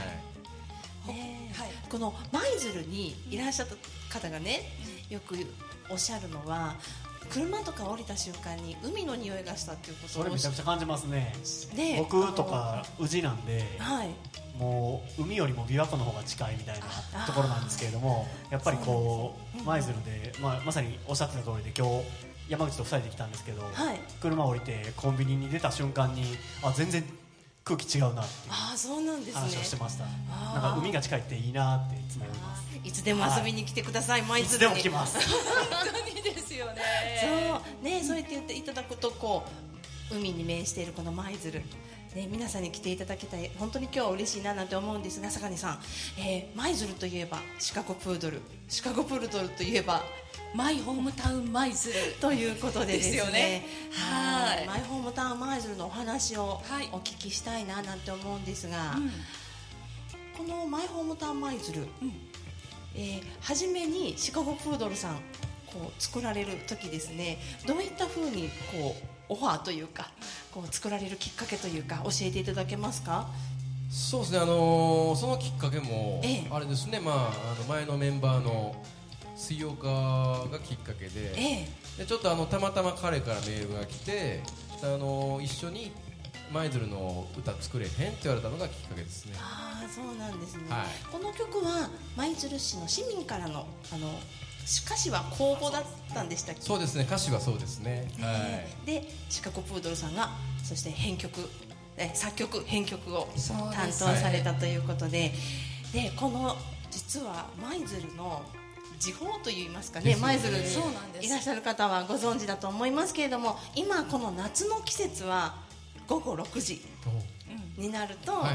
Speaker 2: ねはい、この舞鶴にいらっしゃった方がね、よくおっしゃるのは、車とか降りた瞬間に海の匂いがしたっていうことを、
Speaker 4: それめちゃくちゃ感じますね。
Speaker 2: ね、
Speaker 4: 僕とか宇治なんで、はい、もう海よりも琵琶湖の方が近いみたいなところなんですけれども、やっぱりこう舞鶴で、まあ、まさにおっしゃってた通りで、今日山口とふたりで来たんですけど、はい、車降りてコンビニに出た瞬間に、あ、全然空気違うなっていう話をしてました。なんか海が近いっていいなっていつも思います。
Speaker 2: いつでも遊びに来てください、舞鶴に。
Speaker 4: いつでも来ます
Speaker 1: 本当にですよね。
Speaker 2: そうね、そう言って言っていただくと、こう海に面しているこの舞鶴、ね、皆さんに来ていただきたい、本当に今日は嬉しいななんて思うんですが、坂根さん、えー、舞鶴といえばシカゴプードル、シカゴプードルといえば
Speaker 1: マイホームタウン舞鶴
Speaker 2: ということでですね、ですよね。
Speaker 1: はい、
Speaker 2: マイホームタウン舞鶴のお話をお聞きしたいななんて思うんですが、はい、このマイホームタウン舞鶴、うん、えー、初めにシカゴプードルさんこう作られる時ですね、どういった風にこうオファーというか、こう作られるきっかけというか教えていただけますか？
Speaker 3: そうですね、あのー、そのきっかけも、ええ、あれですね、まあ、あの前のメンバーの水岡がきっかけで、ええ、でちょっとあのたまたま彼からメールが来て、あのー、一緒に舞鶴の歌作れへんって言われたのがきっかけですね。
Speaker 2: ああ、そうなんですね、
Speaker 3: はい、
Speaker 2: この曲は舞鶴市の市民からのあの歌詞は公募だったんでしたっけ？
Speaker 3: そうですね、歌詞はそうですね、
Speaker 2: えーはい、でシカゴプードルさんがそして編曲、え作曲編曲を担当されたということで、で、でこの実は舞鶴の時報といいますかね、舞鶴にいらっしゃる方はご存知だと思いますけれども、今この夏の季節はごごろくじになると、はいはい、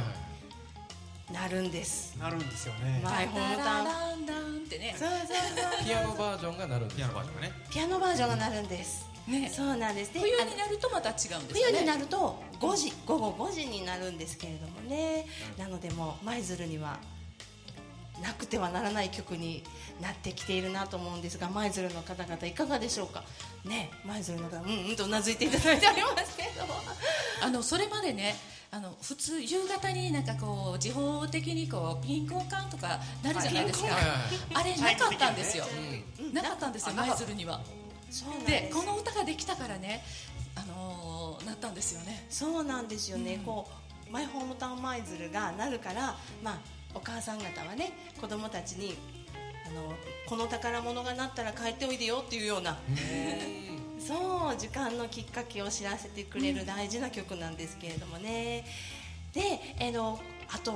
Speaker 2: なるんです
Speaker 4: なるんですよね。
Speaker 2: マイホームタウン
Speaker 1: ってね、
Speaker 2: そうそうそう、
Speaker 3: ピアノバージョンがなるんです。
Speaker 5: ピアノバージョンがね、
Speaker 2: ピアノバージョンがなるんです、ね、そうなんです。で、
Speaker 1: 冬になるとまた違うんですよね。
Speaker 2: 冬になるとごじ、ごごごじになるんですけれどもね、うん、なのでもう舞鶴にはなくてはならない曲になってきているなと思うんですが、舞鶴の方々いかがでしょうかね。舞鶴の方、うんうんとうなずいていただいておりますけれども
Speaker 1: あのそれまでね、あの普通夕方になんかこう時報的にこうピン交換とかなるじゃないですか、あれなかったんですよ、うん、なかったんですよ舞鶴には。そうなんです。でこの歌ができたからね、あのー、なったんですよね。
Speaker 2: そうなんですよね、うん、こうマイホームタウン舞鶴がなるから、まあお母さん方はね、子供たちにあのこの宝物がなったら帰っておいでよっていうようなそう時間のきっかけを知らせてくれる大事な曲なんですけれどもね、うん、で、えのあと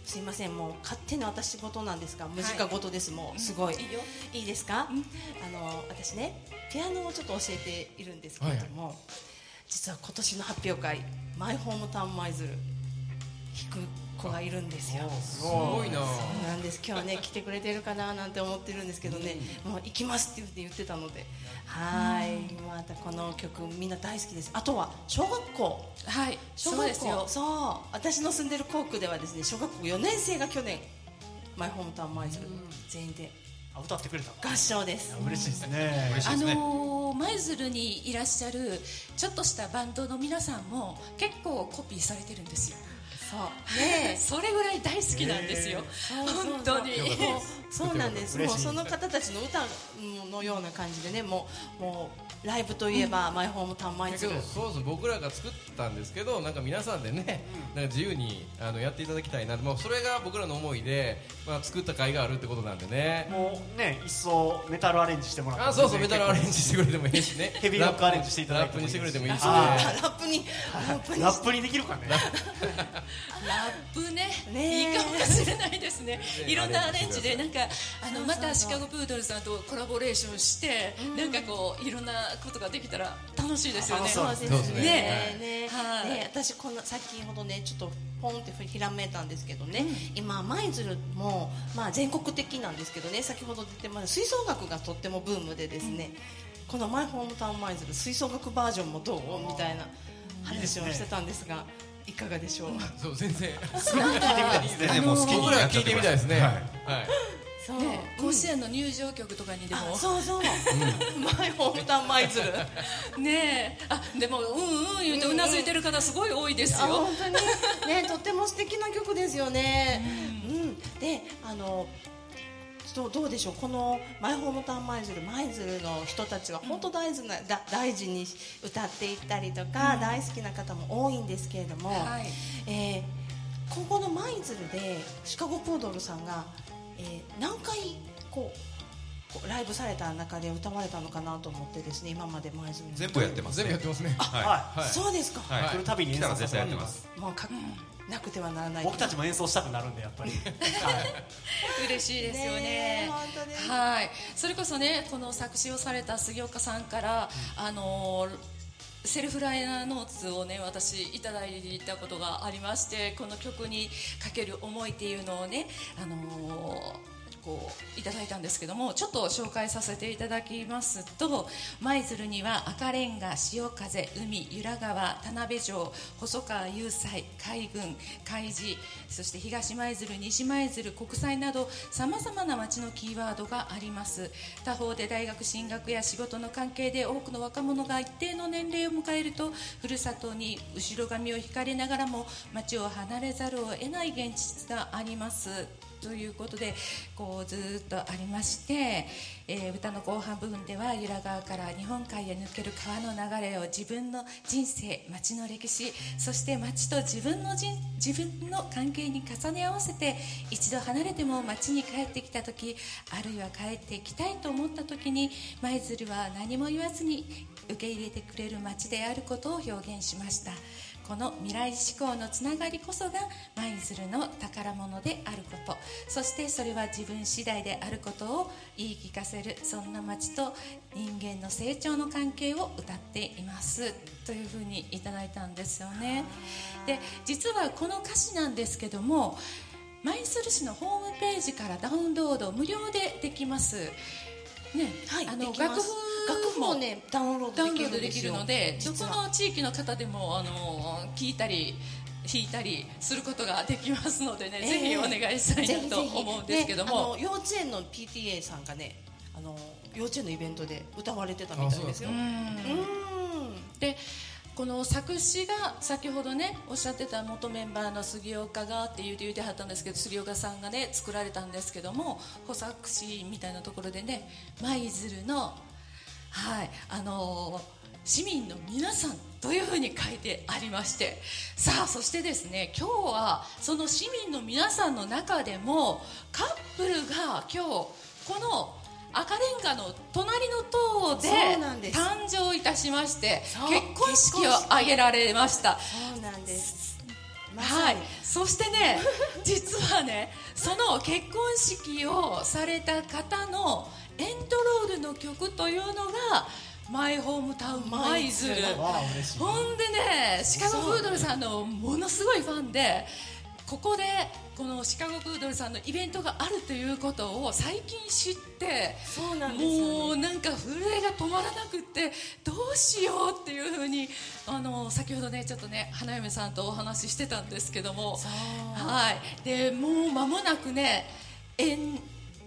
Speaker 2: すいません、もう勝手な私事なんですが、ムジカ事です、はい、もうすごい、うん、いいよ、いいですか、うん、あの私ねピアノをちょっと教えているんですけれども、はい、実は今年の発表会マイホームタウン舞鶴弾く子がいるんですよ。
Speaker 3: すごいな。
Speaker 2: そうなんです。今日ね来てくれてるかななんて思ってるんですけどね、うん、もう行きますって言って言ってたので、はい、うん、またこの曲みんな大好きです。あとは小学校、
Speaker 1: はい、
Speaker 2: 小学校、そうですよ。そう、私の住んでる校区ではですね、小学校よねん生が去年マイホームタウン舞鶴全員で
Speaker 4: 歌ってくれた
Speaker 2: 合唱です。
Speaker 4: 嬉しいですね。
Speaker 1: あの舞鶴にいらっしゃるちょっとしたバンドの皆さんも結構コピーされてるんですよ。
Speaker 2: そうね、
Speaker 1: それぐらい大好きなんですよ、本当に。
Speaker 2: そうなんです。もうその方たちの歌のような感じでね、もうもうライブといえば、うん、マイホームタウン舞鶴。
Speaker 3: そうそう、僕らが作ったんですけど、なんか皆さんでね、うん、なんか自由にあのやっていただきたいな、もうそれが僕らの思いで、まあ、作った甲斐があるってことなんでね。
Speaker 4: もうね、一層メタルアレンジしてもらって、
Speaker 3: あ、そうそう、メタルアレンジしてくれてもいいしね。
Speaker 4: ヘビーロックアレンジしていただいて
Speaker 3: ラップにしてくれてもいいしね。
Speaker 2: ラップに
Speaker 4: ラップにできるかね。
Speaker 1: ラップね、いいかもしれないですね。いろんなアレンジで、なんかあのまたシカゴプードルさんとコラボレーションして、なんかこういろんなことができたら楽しいですよね。
Speaker 2: そうですね。ね、はい。私この先ほどねちょっとポンってひらめいたんですけどね、今舞鶴もまあ全国的なんですけどね、先ほど出てました吹奏楽がとってもブームでですね、このマイホームタウン舞鶴吹奏楽バージョンもどうみたいな話をしてたんですが。いかがでしょう。
Speaker 3: そう、全然
Speaker 5: 聞いてみたいですね。もう好きに
Speaker 3: 僕らは聞いてみたいですね。はい。
Speaker 1: そう、甲子園の入場曲とかにでも、
Speaker 2: そうそう、マイホームタウン舞鶴
Speaker 1: ねえ、あ、でもうんうん言うてうなずいてる方すごい多いですよ。
Speaker 2: 本当にね、とっても素敵な曲ですよね。うん。で、あのどう、どうでしょう、このマイホームタウン舞鶴、舞鶴の人たちは本当大事な、だ大事に歌っていったりとか、うん、大好きな方も多いんですけれども、はい、えー、ここの舞鶴でシカゴプードルさんが、えー、何回こうライブされた中で歌われたのかなと思ってですね、今まで舞鶴
Speaker 5: 全部やってます、
Speaker 3: ね、全部やってますね。
Speaker 2: はい、はい、そうですか。
Speaker 5: はい、来るたびに演奏させてやってます。
Speaker 2: もうか、うん、なくてはならない。
Speaker 4: 僕たちも演奏したくなるんでやっぱり。はい、
Speaker 1: 嬉しいですよね。ね、本当です。はい。それこそね、この作詞をされた杉岡さんから、うん、あのー。セルフライナーノーツをね、私いただいたことがありまして、この曲にかける思いっていうのをね、あのーこういただいたんですけども、ちょっと紹介させていただきますと、舞鶴には赤レンガ、潮風、海、由良川、田辺城、細川雄斎、海軍、海事、そして東舞鶴、西舞鶴、国際などさまざまな町のキーワードがあります。他方で大学進学や仕事の関係で多くの若者が一定の年齢を迎えると、ふるさとに後ろ髪を引かれながらも町を離れざるを得ない現実がありますということで、こうずっとありまして、えー、歌の後半部分では由良川から日本海へ抜ける川の流れを自分の人生、町の歴史、そして町と自分の人自分の関係に重ね合わせて、一度離れても町に帰ってきた時、あるいは帰ってきたいと思った時に、舞鶴は何も言わずに受け入れてくれる町であることを表現しました。この未来志向のつながりこそが舞鶴の宝物であること、そしてそれは自分次第であることを言い聞かせる、そんな街と人間の成長の関係を歌っていますというふうにいただいたんですよね。で、実はこの歌詞なんですけども、舞鶴市のホームページからダウンロード無料でできますね。
Speaker 2: はい、
Speaker 1: あの
Speaker 2: 楽譜楽譜もねダウンロードできる
Speaker 1: ので、どこの地域の方でもあの聞いたり弾いたりすることができますのでね、えー、ぜひお願いしたいなと思うんですけども、
Speaker 2: ね、あの幼稚園の ピーティーエー さんがね、あの幼稚園のイベントで歌われてたみたいですよ。うん
Speaker 1: うんでこの作詞が先ほどねおっしゃってた元メンバーの杉岡がって言うて言うてはったんですけど、杉岡さんがね作られたんですけども、補作詞みたいなところでね、舞鶴のはいあのー、市民の皆さんというふうに書いてありまして、さあそしてですね、今日はその市民の皆さんの中でもカップルが今日この赤レンガの隣の塔で誕生いたしまして、結婚式を挙げられました。
Speaker 2: そうなんです
Speaker 1: はい、そしてね実はねその結婚式をされた方のエンドロールの曲というのがマイホームタウン舞鶴。ほんでねシカゴプードルさんのものすごいファンで、ここでこのシカゴプードルさんのイベントがあるということを最近知って、
Speaker 2: そうなんですよね、
Speaker 1: もうなんか震えが止まらなくってどうしようっていうふうにあの先ほどねちょっとね花嫁さんとお話ししてたんですけども、はい、でもう間もなくねえん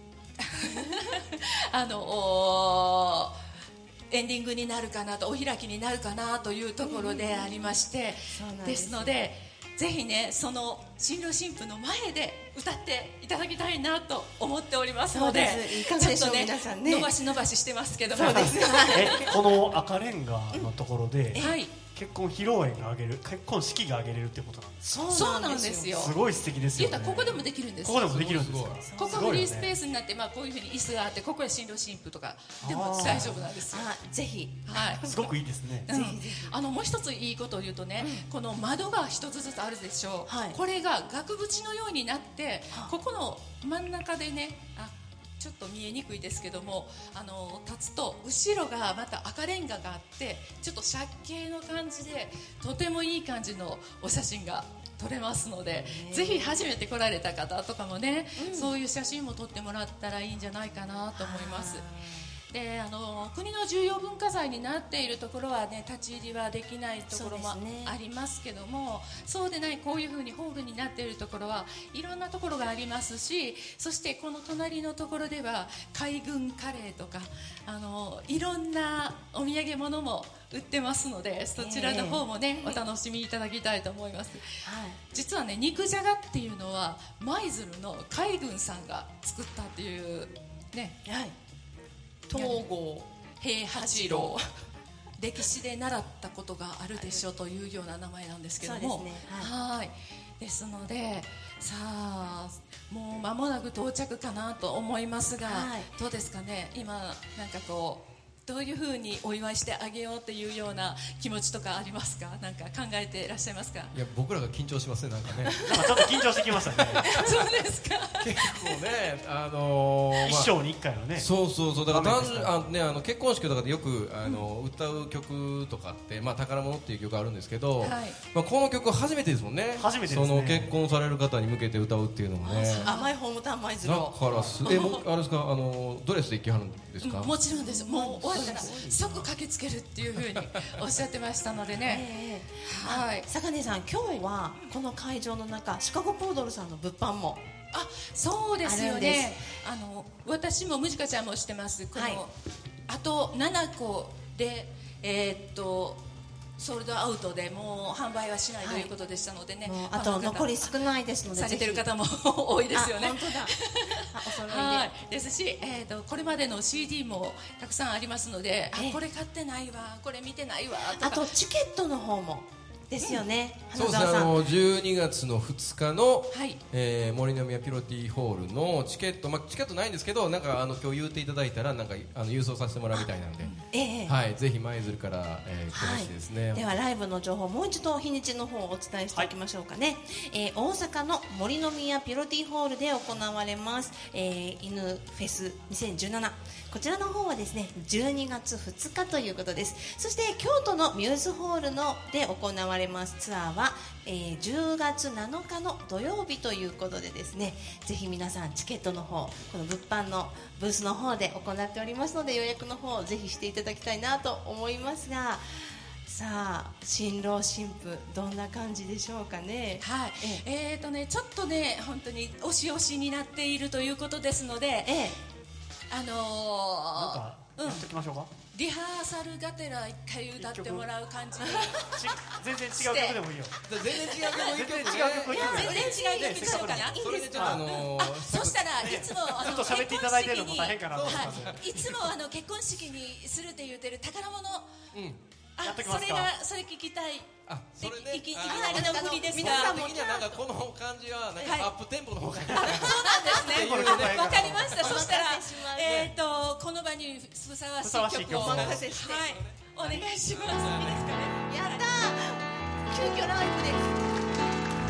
Speaker 1: あのエンディングになるかなと、お開きになるかなというところでありまして、うん、で, ですのでぜひねその新郎新婦の前で歌っていただきたいなと思っておりますので、
Speaker 2: ちょっとね
Speaker 1: 皆さんね伸ばし伸ばししてますけども、
Speaker 4: そうですえこの赤レンガのところで、
Speaker 1: うん、はい
Speaker 4: 結婚披露宴が挙げる結婚式が挙げれるってことなんですか。
Speaker 1: そうなんですよ。
Speaker 4: すごい素敵ですよね。
Speaker 1: ここでもできるんです。
Speaker 4: ここでもできるんですか。
Speaker 1: ここフリースペースになって、まあこういうふうに椅子があって、ここで新郎新婦とかでも大丈夫なんですよ。
Speaker 2: ぜひ、
Speaker 1: はい、
Speaker 4: すごくいいですね。
Speaker 1: うん、ぜひぜひあのもう一ついいことを言うとね、うん、この窓が一つずつあるでしょう。はい、これが額縁のようになって、ここの真ん中でね、あちょっと見えにくいですけども、あの立つと後ろがまた赤レンガがあってちょっと借景の感じでとてもいい感じのお写真が撮れますので、ぜひ初めて来られた方とかもね、うん、そういう写真も撮ってもらったらいいんじゃないかなと思います。であの国の重要文化財になっているところは、ね、立ち入りはできないところもありますけども、そう、ね、そうでないこういうふうにホールになっているところはいろんなところがありますし、そしてこの隣のところでは海軍カレーとかあのいろんなお土産物も売ってますので、そちらの方もね、えー、お楽しみいただきたいと思います、はい、実はね肉じゃがっていうのは舞鶴の海軍さんが作ったっていうね、はい東郷平八郎歴史で習ったことがあるでしょうというような名前なんですけども、そうですね、はい、はいですのでさあもう間もなく到着かなと思いますが、はい、どうですかね今なんかこうどういうふうにお祝いしてあげようというような気持ちとかありますか。なんか考えていらっしゃいますか。
Speaker 3: いや僕らが緊張しますねなんかね
Speaker 4: なんかちょっと緊張してきましたね
Speaker 1: そうですか。
Speaker 3: 結構ねあのー、
Speaker 4: 一生に一回のね、
Speaker 3: そうそうそうだから単純あ、ね、あの結婚式とかでよくあの、うん、歌う曲とかって、まあ、宝物っていう曲あるんですけど、はい、まあ、この曲初めてですもんね。
Speaker 4: 初めてですね。
Speaker 3: その結婚される方に向けて歌うっていうのもね。
Speaker 2: 甘いホームタウン舞鶴
Speaker 3: だからすえもあれですかあのドレスで行きはるんですか。
Speaker 1: うん、もちろんです。もう終わったら即駆けつけるっていうふうにおっしゃってましたのでね、
Speaker 2: えー、はい、坂根さん今日はこの会場の中シカゴポードルさんの物販も
Speaker 1: あそうですよね。あの私もムジカちゃんもしてますこの、はい、あとななこでえー、っとソールドアウトでもう販売はしないということでしたのでね、
Speaker 2: はい、あと残り少ないですので
Speaker 1: されてる方も多いですよね。
Speaker 2: 本当だお揃いで、
Speaker 1: はい、ですし、えー、とこれまでの シーディー もたくさんありますので、あこれ買ってないわこれ見てないわとか、
Speaker 2: あとチケットの方もですよね、
Speaker 3: うん、そうですね、あのじゅうにがつのふつかの、
Speaker 1: はい、
Speaker 3: えー、森の宮ピロティホールのチケット、まあ、チケットないんですけどなんかあの今日言っていただいたらなんかあの郵送させてもらうみたいなんで、えーはい、ぜひ舞鶴から、えー、来てほしいですね、
Speaker 2: はい、ではライブの情報もう一度日にちの方をお伝えしておきましょうかね、はい、えー、大阪の森の宮ピロティホールで行われます、えー、犬フェスにせんじゅうなな、こちらの方はですねじゅうにがつふつかということです。そして京都のミューズホールので行われますツアーは、えー、じゅうがつなのかの土曜日ということでですね、ぜひ皆さんチケットの方この物販のブースの方で行っておりますので予約の方ぜひしていただきたいなと思いますが、さあ新郎新婦どんな感じでしょうかね。
Speaker 1: はい、えー、えーとねちょっとね本当に押し押しになっているということですので、ええ、あのー、
Speaker 4: なんかやっておきましょうか、うん、
Speaker 1: リハーサルがてら一回歌ってもらう感じに
Speaker 4: 全然違う曲でもいいよ。
Speaker 3: 全然違う曲いい曲、ね、
Speaker 1: 全然違う曲いいよ。全然違う曲いこうかな。いいんですか。あのー、そしたらいつもあの
Speaker 4: ちょっと喋っていただいてるのも大変かなと思います。
Speaker 1: はい、いつもあの結婚式にするって言ってる宝物、うん、あ
Speaker 4: やっときますか。
Speaker 1: それがそれ聞きたい。
Speaker 3: あ、それね、
Speaker 1: いきなりの振りですが、
Speaker 3: 皆さん的にはなんかこの感じはなんかアップテンポの方がいい。
Speaker 1: そうなんですね。わかりました。そしたらえっとこの場にふさわしい曲を、はい、お願いします。いいですかね。
Speaker 2: やったー。急遽ライブです。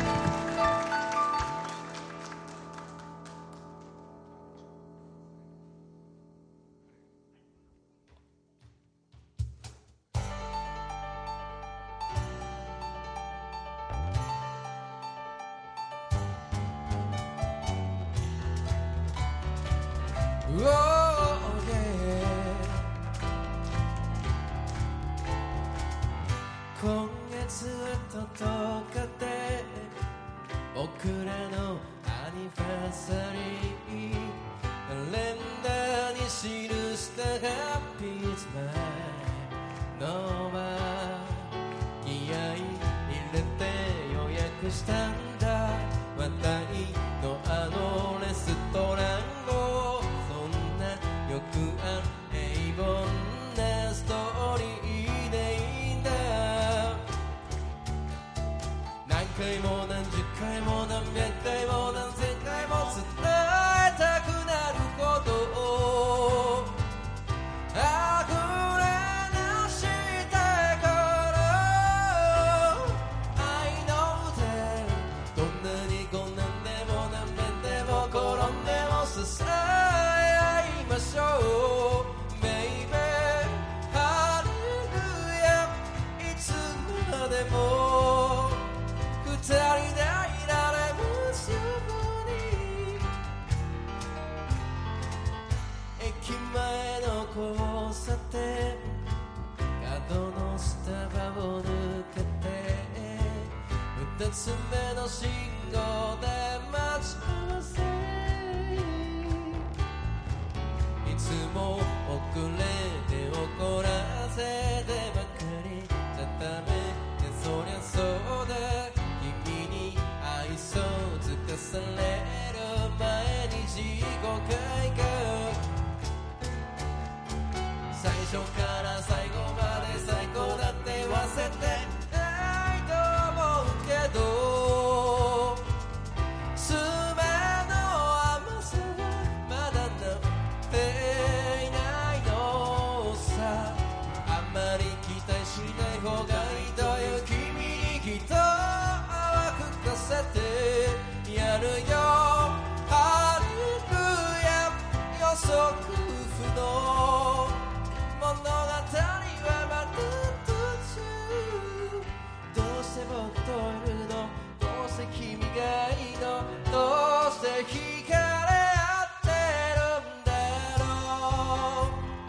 Speaker 6: Oh, yeah. 今月ととおかで僕らのアニバーサリーカレンダーに記したハッピースマイルのは気合い入れて予約したんだ話題のあのレストランをよくある平凡なストーリーでいいんだ何回も何十回も何百回も何千回も伝えたくなることを溢れ出してから愛の歌どんなに困難でも何遍でも転んでも支えましょう Baby ハレルヤいつまでも二人でいられますように駅前の交差点角のスタバを抜けて二つ目の信号で待ち合わせいつも遅れて怒らせてばかりじゃダメでそりゃそうだ君に愛想つかされる前に自己開花最初から最後まで最高だって言わせてないと思うけど爪の甘さはまだなっていないのさあんまり期待しない方がいいという君にきっと泡吹かせてやるよハレルヤ予測不能物語はまだ途中どうして僕といるのどうして君がいいのどうして惹かれ合ってるんだろ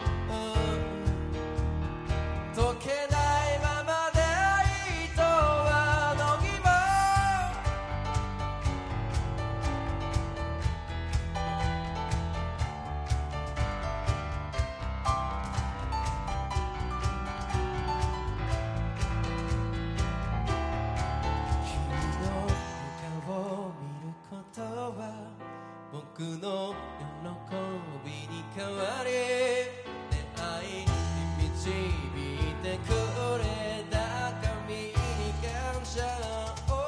Speaker 6: う、うん、解けないままで糸はのぎも君の顔を見ることは僕の喜びに変わり出会いに導いてくれた神に感謝を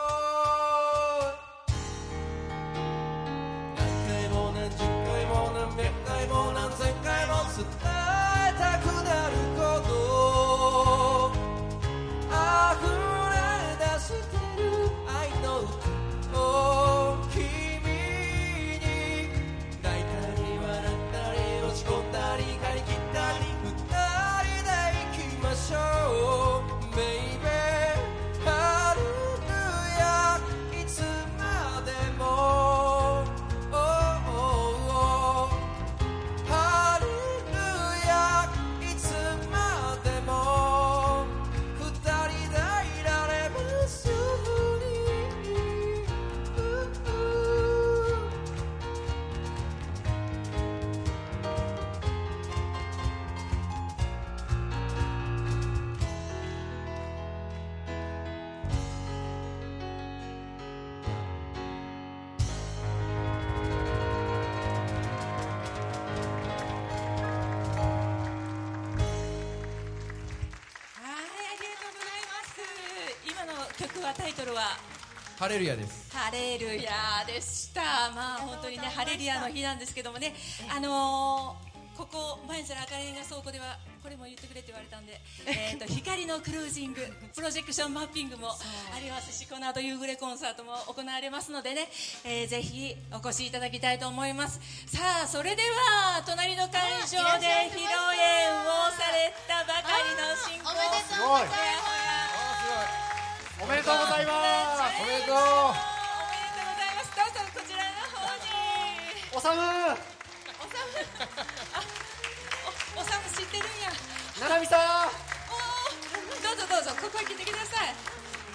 Speaker 6: 何回も何十回も何百回も何千回も伝えたくなること溢れ出してる愛の歌を君に泣いたり笑ったり落ち込んだり張り切ったり二人で行きましょう Baby ハレルヤいつまでも、oh, oh, oh ハレルヤいつまでも二人でいられますように、uh, uh.
Speaker 1: はい、ありがとうございます。今の曲はタイトルは
Speaker 6: ハレルヤです。
Speaker 1: ハレルヤでした。まあ本当にねハレルヤの日なんですけどもね、あのー、ここ舞鶴赤レンガ倉庫ではこれも言ってくれって言われたんでえと光のクルージングプロジェクションマッピングもありますし、この後夕暮れコンサートも行われますのでね、えー、ぜひお越しいただきたいと思います。さあ、それでは隣の会場で披露宴をされたばかりの新婚、
Speaker 2: おめでとうございます。
Speaker 4: おめでとうございます。
Speaker 3: おめでとう。
Speaker 1: おめでとうございます。どうぞこちらの方に。
Speaker 4: おさむ
Speaker 1: お、おさむ知ってるんや。
Speaker 4: ななみさん、
Speaker 1: おー、どうぞどうぞ、ここへ来てください。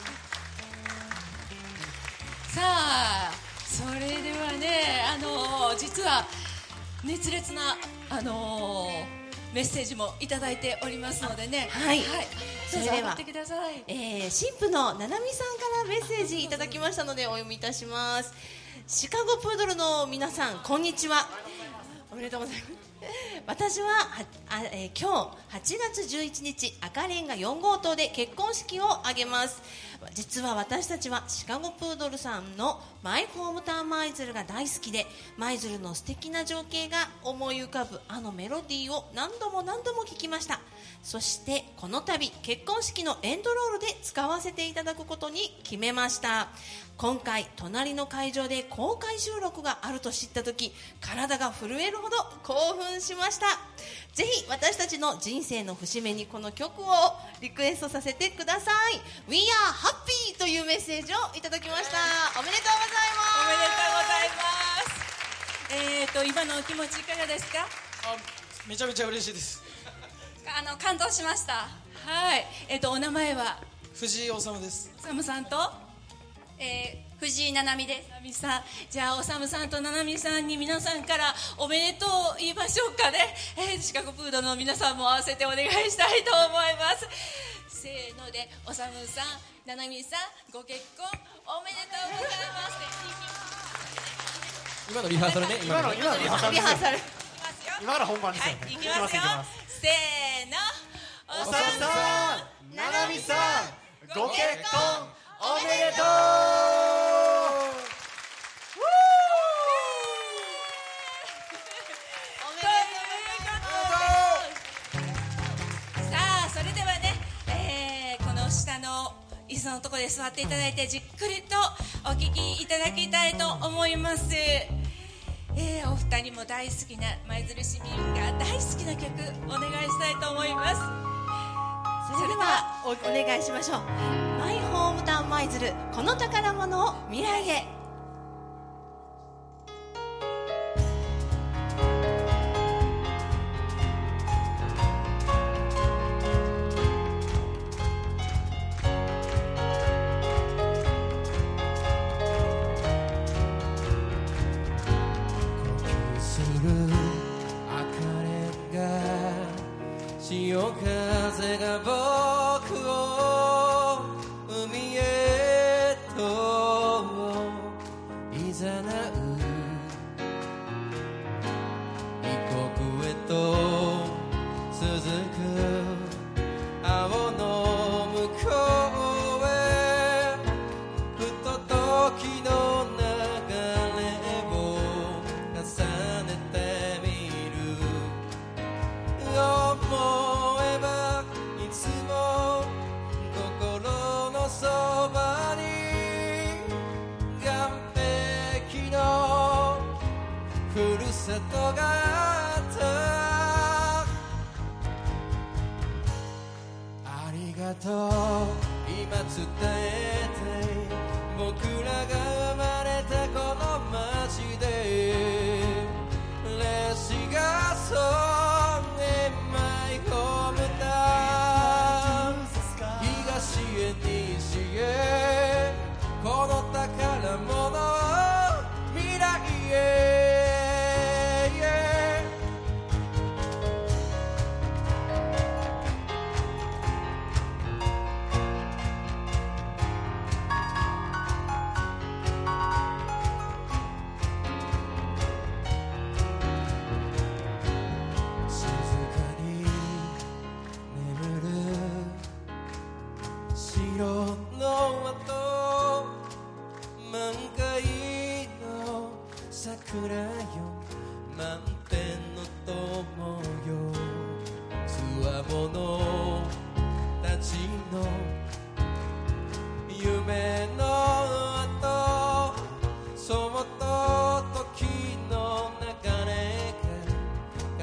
Speaker 1: さあ、それではね、あのー、実は熱烈な、あのー、メッセージもいただいておりますのでね。
Speaker 2: はい、
Speaker 1: はい、
Speaker 2: それでは、
Speaker 1: え
Speaker 2: ー、新婦のななみさんからメッセージいただきましたのでお読みいたします。シカゴプードルの皆さん、こんにちは。おめでとうございます。私ははあ、えー、今日はちがつじゅういちにち赤レンガよん号棟で結婚式を挙げます。実は私たちはシカゴプードルさんのマイホームタウン舞鶴が大好きで、舞鶴の素敵な情景が思い浮かぶあのメロディーを何度も何度も聴きました。そしてこの度結婚式のエンドロールで使わせていただくことに決めました。今回隣の会場で公開収録があると知った時、体が震えるほど興奮しました。ぜひ私たちの人生の節目にこの曲をリクエストさせてください。 We are happy というメッセージをいただきました。おめでとうございます。
Speaker 1: おめでとうございます。えーと今のお気持ちいかがですか？
Speaker 7: あ、めちゃめちゃ嬉しいです。
Speaker 1: あの感動しました。はい、えーとお名前は
Speaker 7: 藤井治です。
Speaker 1: おさむさんと、えー、藤井ななみです。ななみさん、じゃあおさむさんとななみさんに皆さんからおめでとう言いましょうかね。えー、シカゴプードルの皆さんも合わせてお願いしたいと思います。せーので、おさむさん、ななみさん、ご結婚おめでとうございます。
Speaker 3: 今のリハーサルね。
Speaker 4: 今の今のリハーサルですよ。今から本番ですよね。
Speaker 1: はい、いきますよ。せーの、
Speaker 4: おさむさん、ななみさん、ご結婚おめでとう。
Speaker 1: さあ、それではね、えー、この下の椅子のところで座っていただいてじっくりとお聴きいただきたいと思います。えー、お二人も大好きな舞鶴市民が大好きな曲お願いしたいと思います。
Speaker 2: それでは お, お願いしましょう。マイホームタウン舞鶴、この宝物を未来へ。
Speaker 6: 潮風が僕を海へといざなう、異国へと続く青の向こうへ、ふと時の流れを重ねてみる。思えばいつも心のそばに岸壁のふるさとがあった。ありがとう今伝えたい、僕らが生まれたこの街でレシがそうね、マイホームタウン、東へ西へこの宝物未来へ。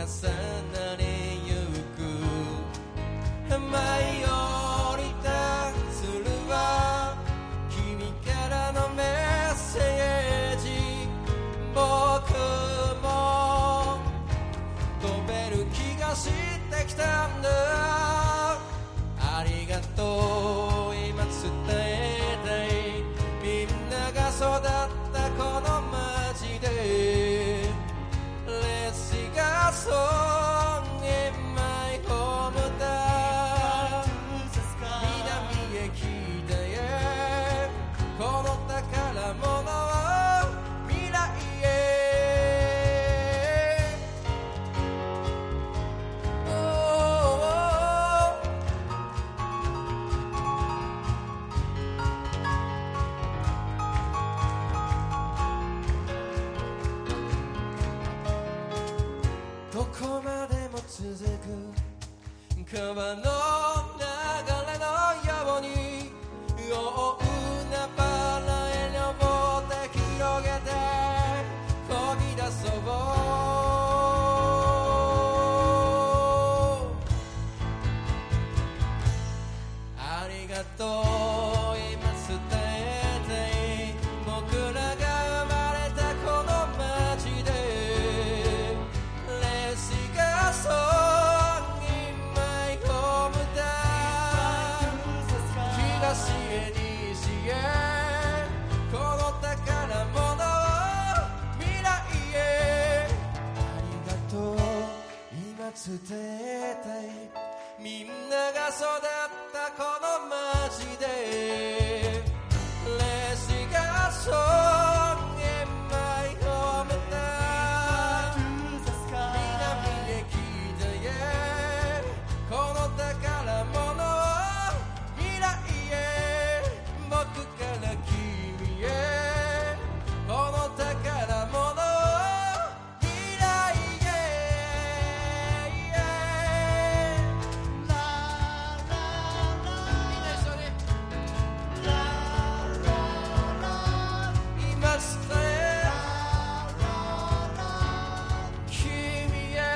Speaker 6: 重なりゆく舞い降りた鶴は君からのメッセージ僕も飛べる気がしてきたんだありがとう今伝えたいみんなが育ったこの街で Let's sing a song in my hometown 南へ北へこの宝物を未来へどこまでも続く川の流れのように大海原へ登って広げて漕ぎ出そうありがとう今伝えたい僕らが生まれたこの街で東へ西へこの宝物を未来へありがとう今伝えたいみんなが育ったこの街で Let's sing a song in my hometown 南へ北へこの宝物を未来へ僕から君へこの宝物を未来へみんな一緒に今伝え君へ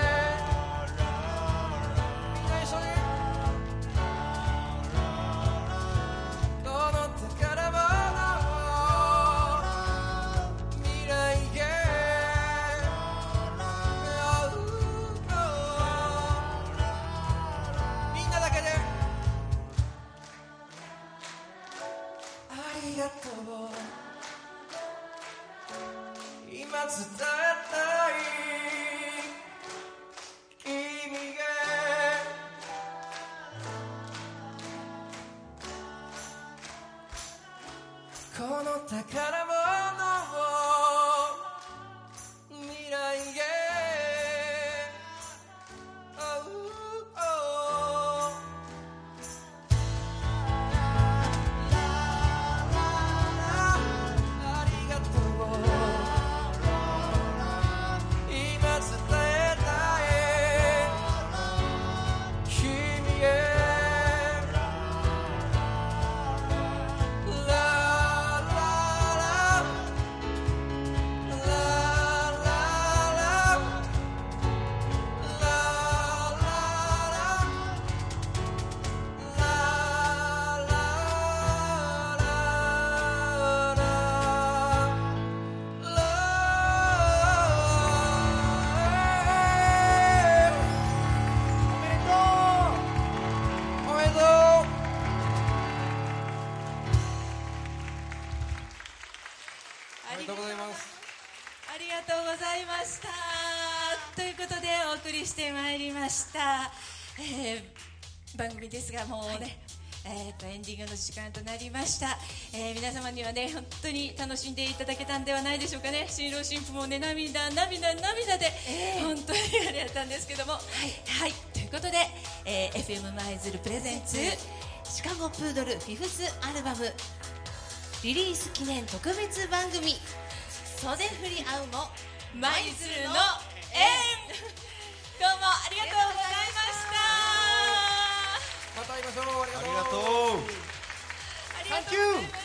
Speaker 6: みんな一緒にこの宝物を未来へみんなだけでありがとう今伝えたい君へこの宝物を未来へ Oh, oh. ありがとう今伝えたい君へ
Speaker 1: ありがとうございます。ありがとうございました。ということでお送りしてまいりました、えー、番組ですがもうね、はいえー、とエンディングの時間となりました、えー、皆様にはね本当に楽しんでいただけたんではないでしょうかね。新郎新婦もね涙涙涙で、えー、本当にあれやったんですけども、はい、はい、ということで、えー、エフエム 舞鶴プレゼンツシカゴプードルフィフスアルバムリリース記念特別番組袖振り合うも舞鶴の縁どうもありがとうございました。
Speaker 3: また会いましょう。ありがとう。
Speaker 1: ありがとうございます。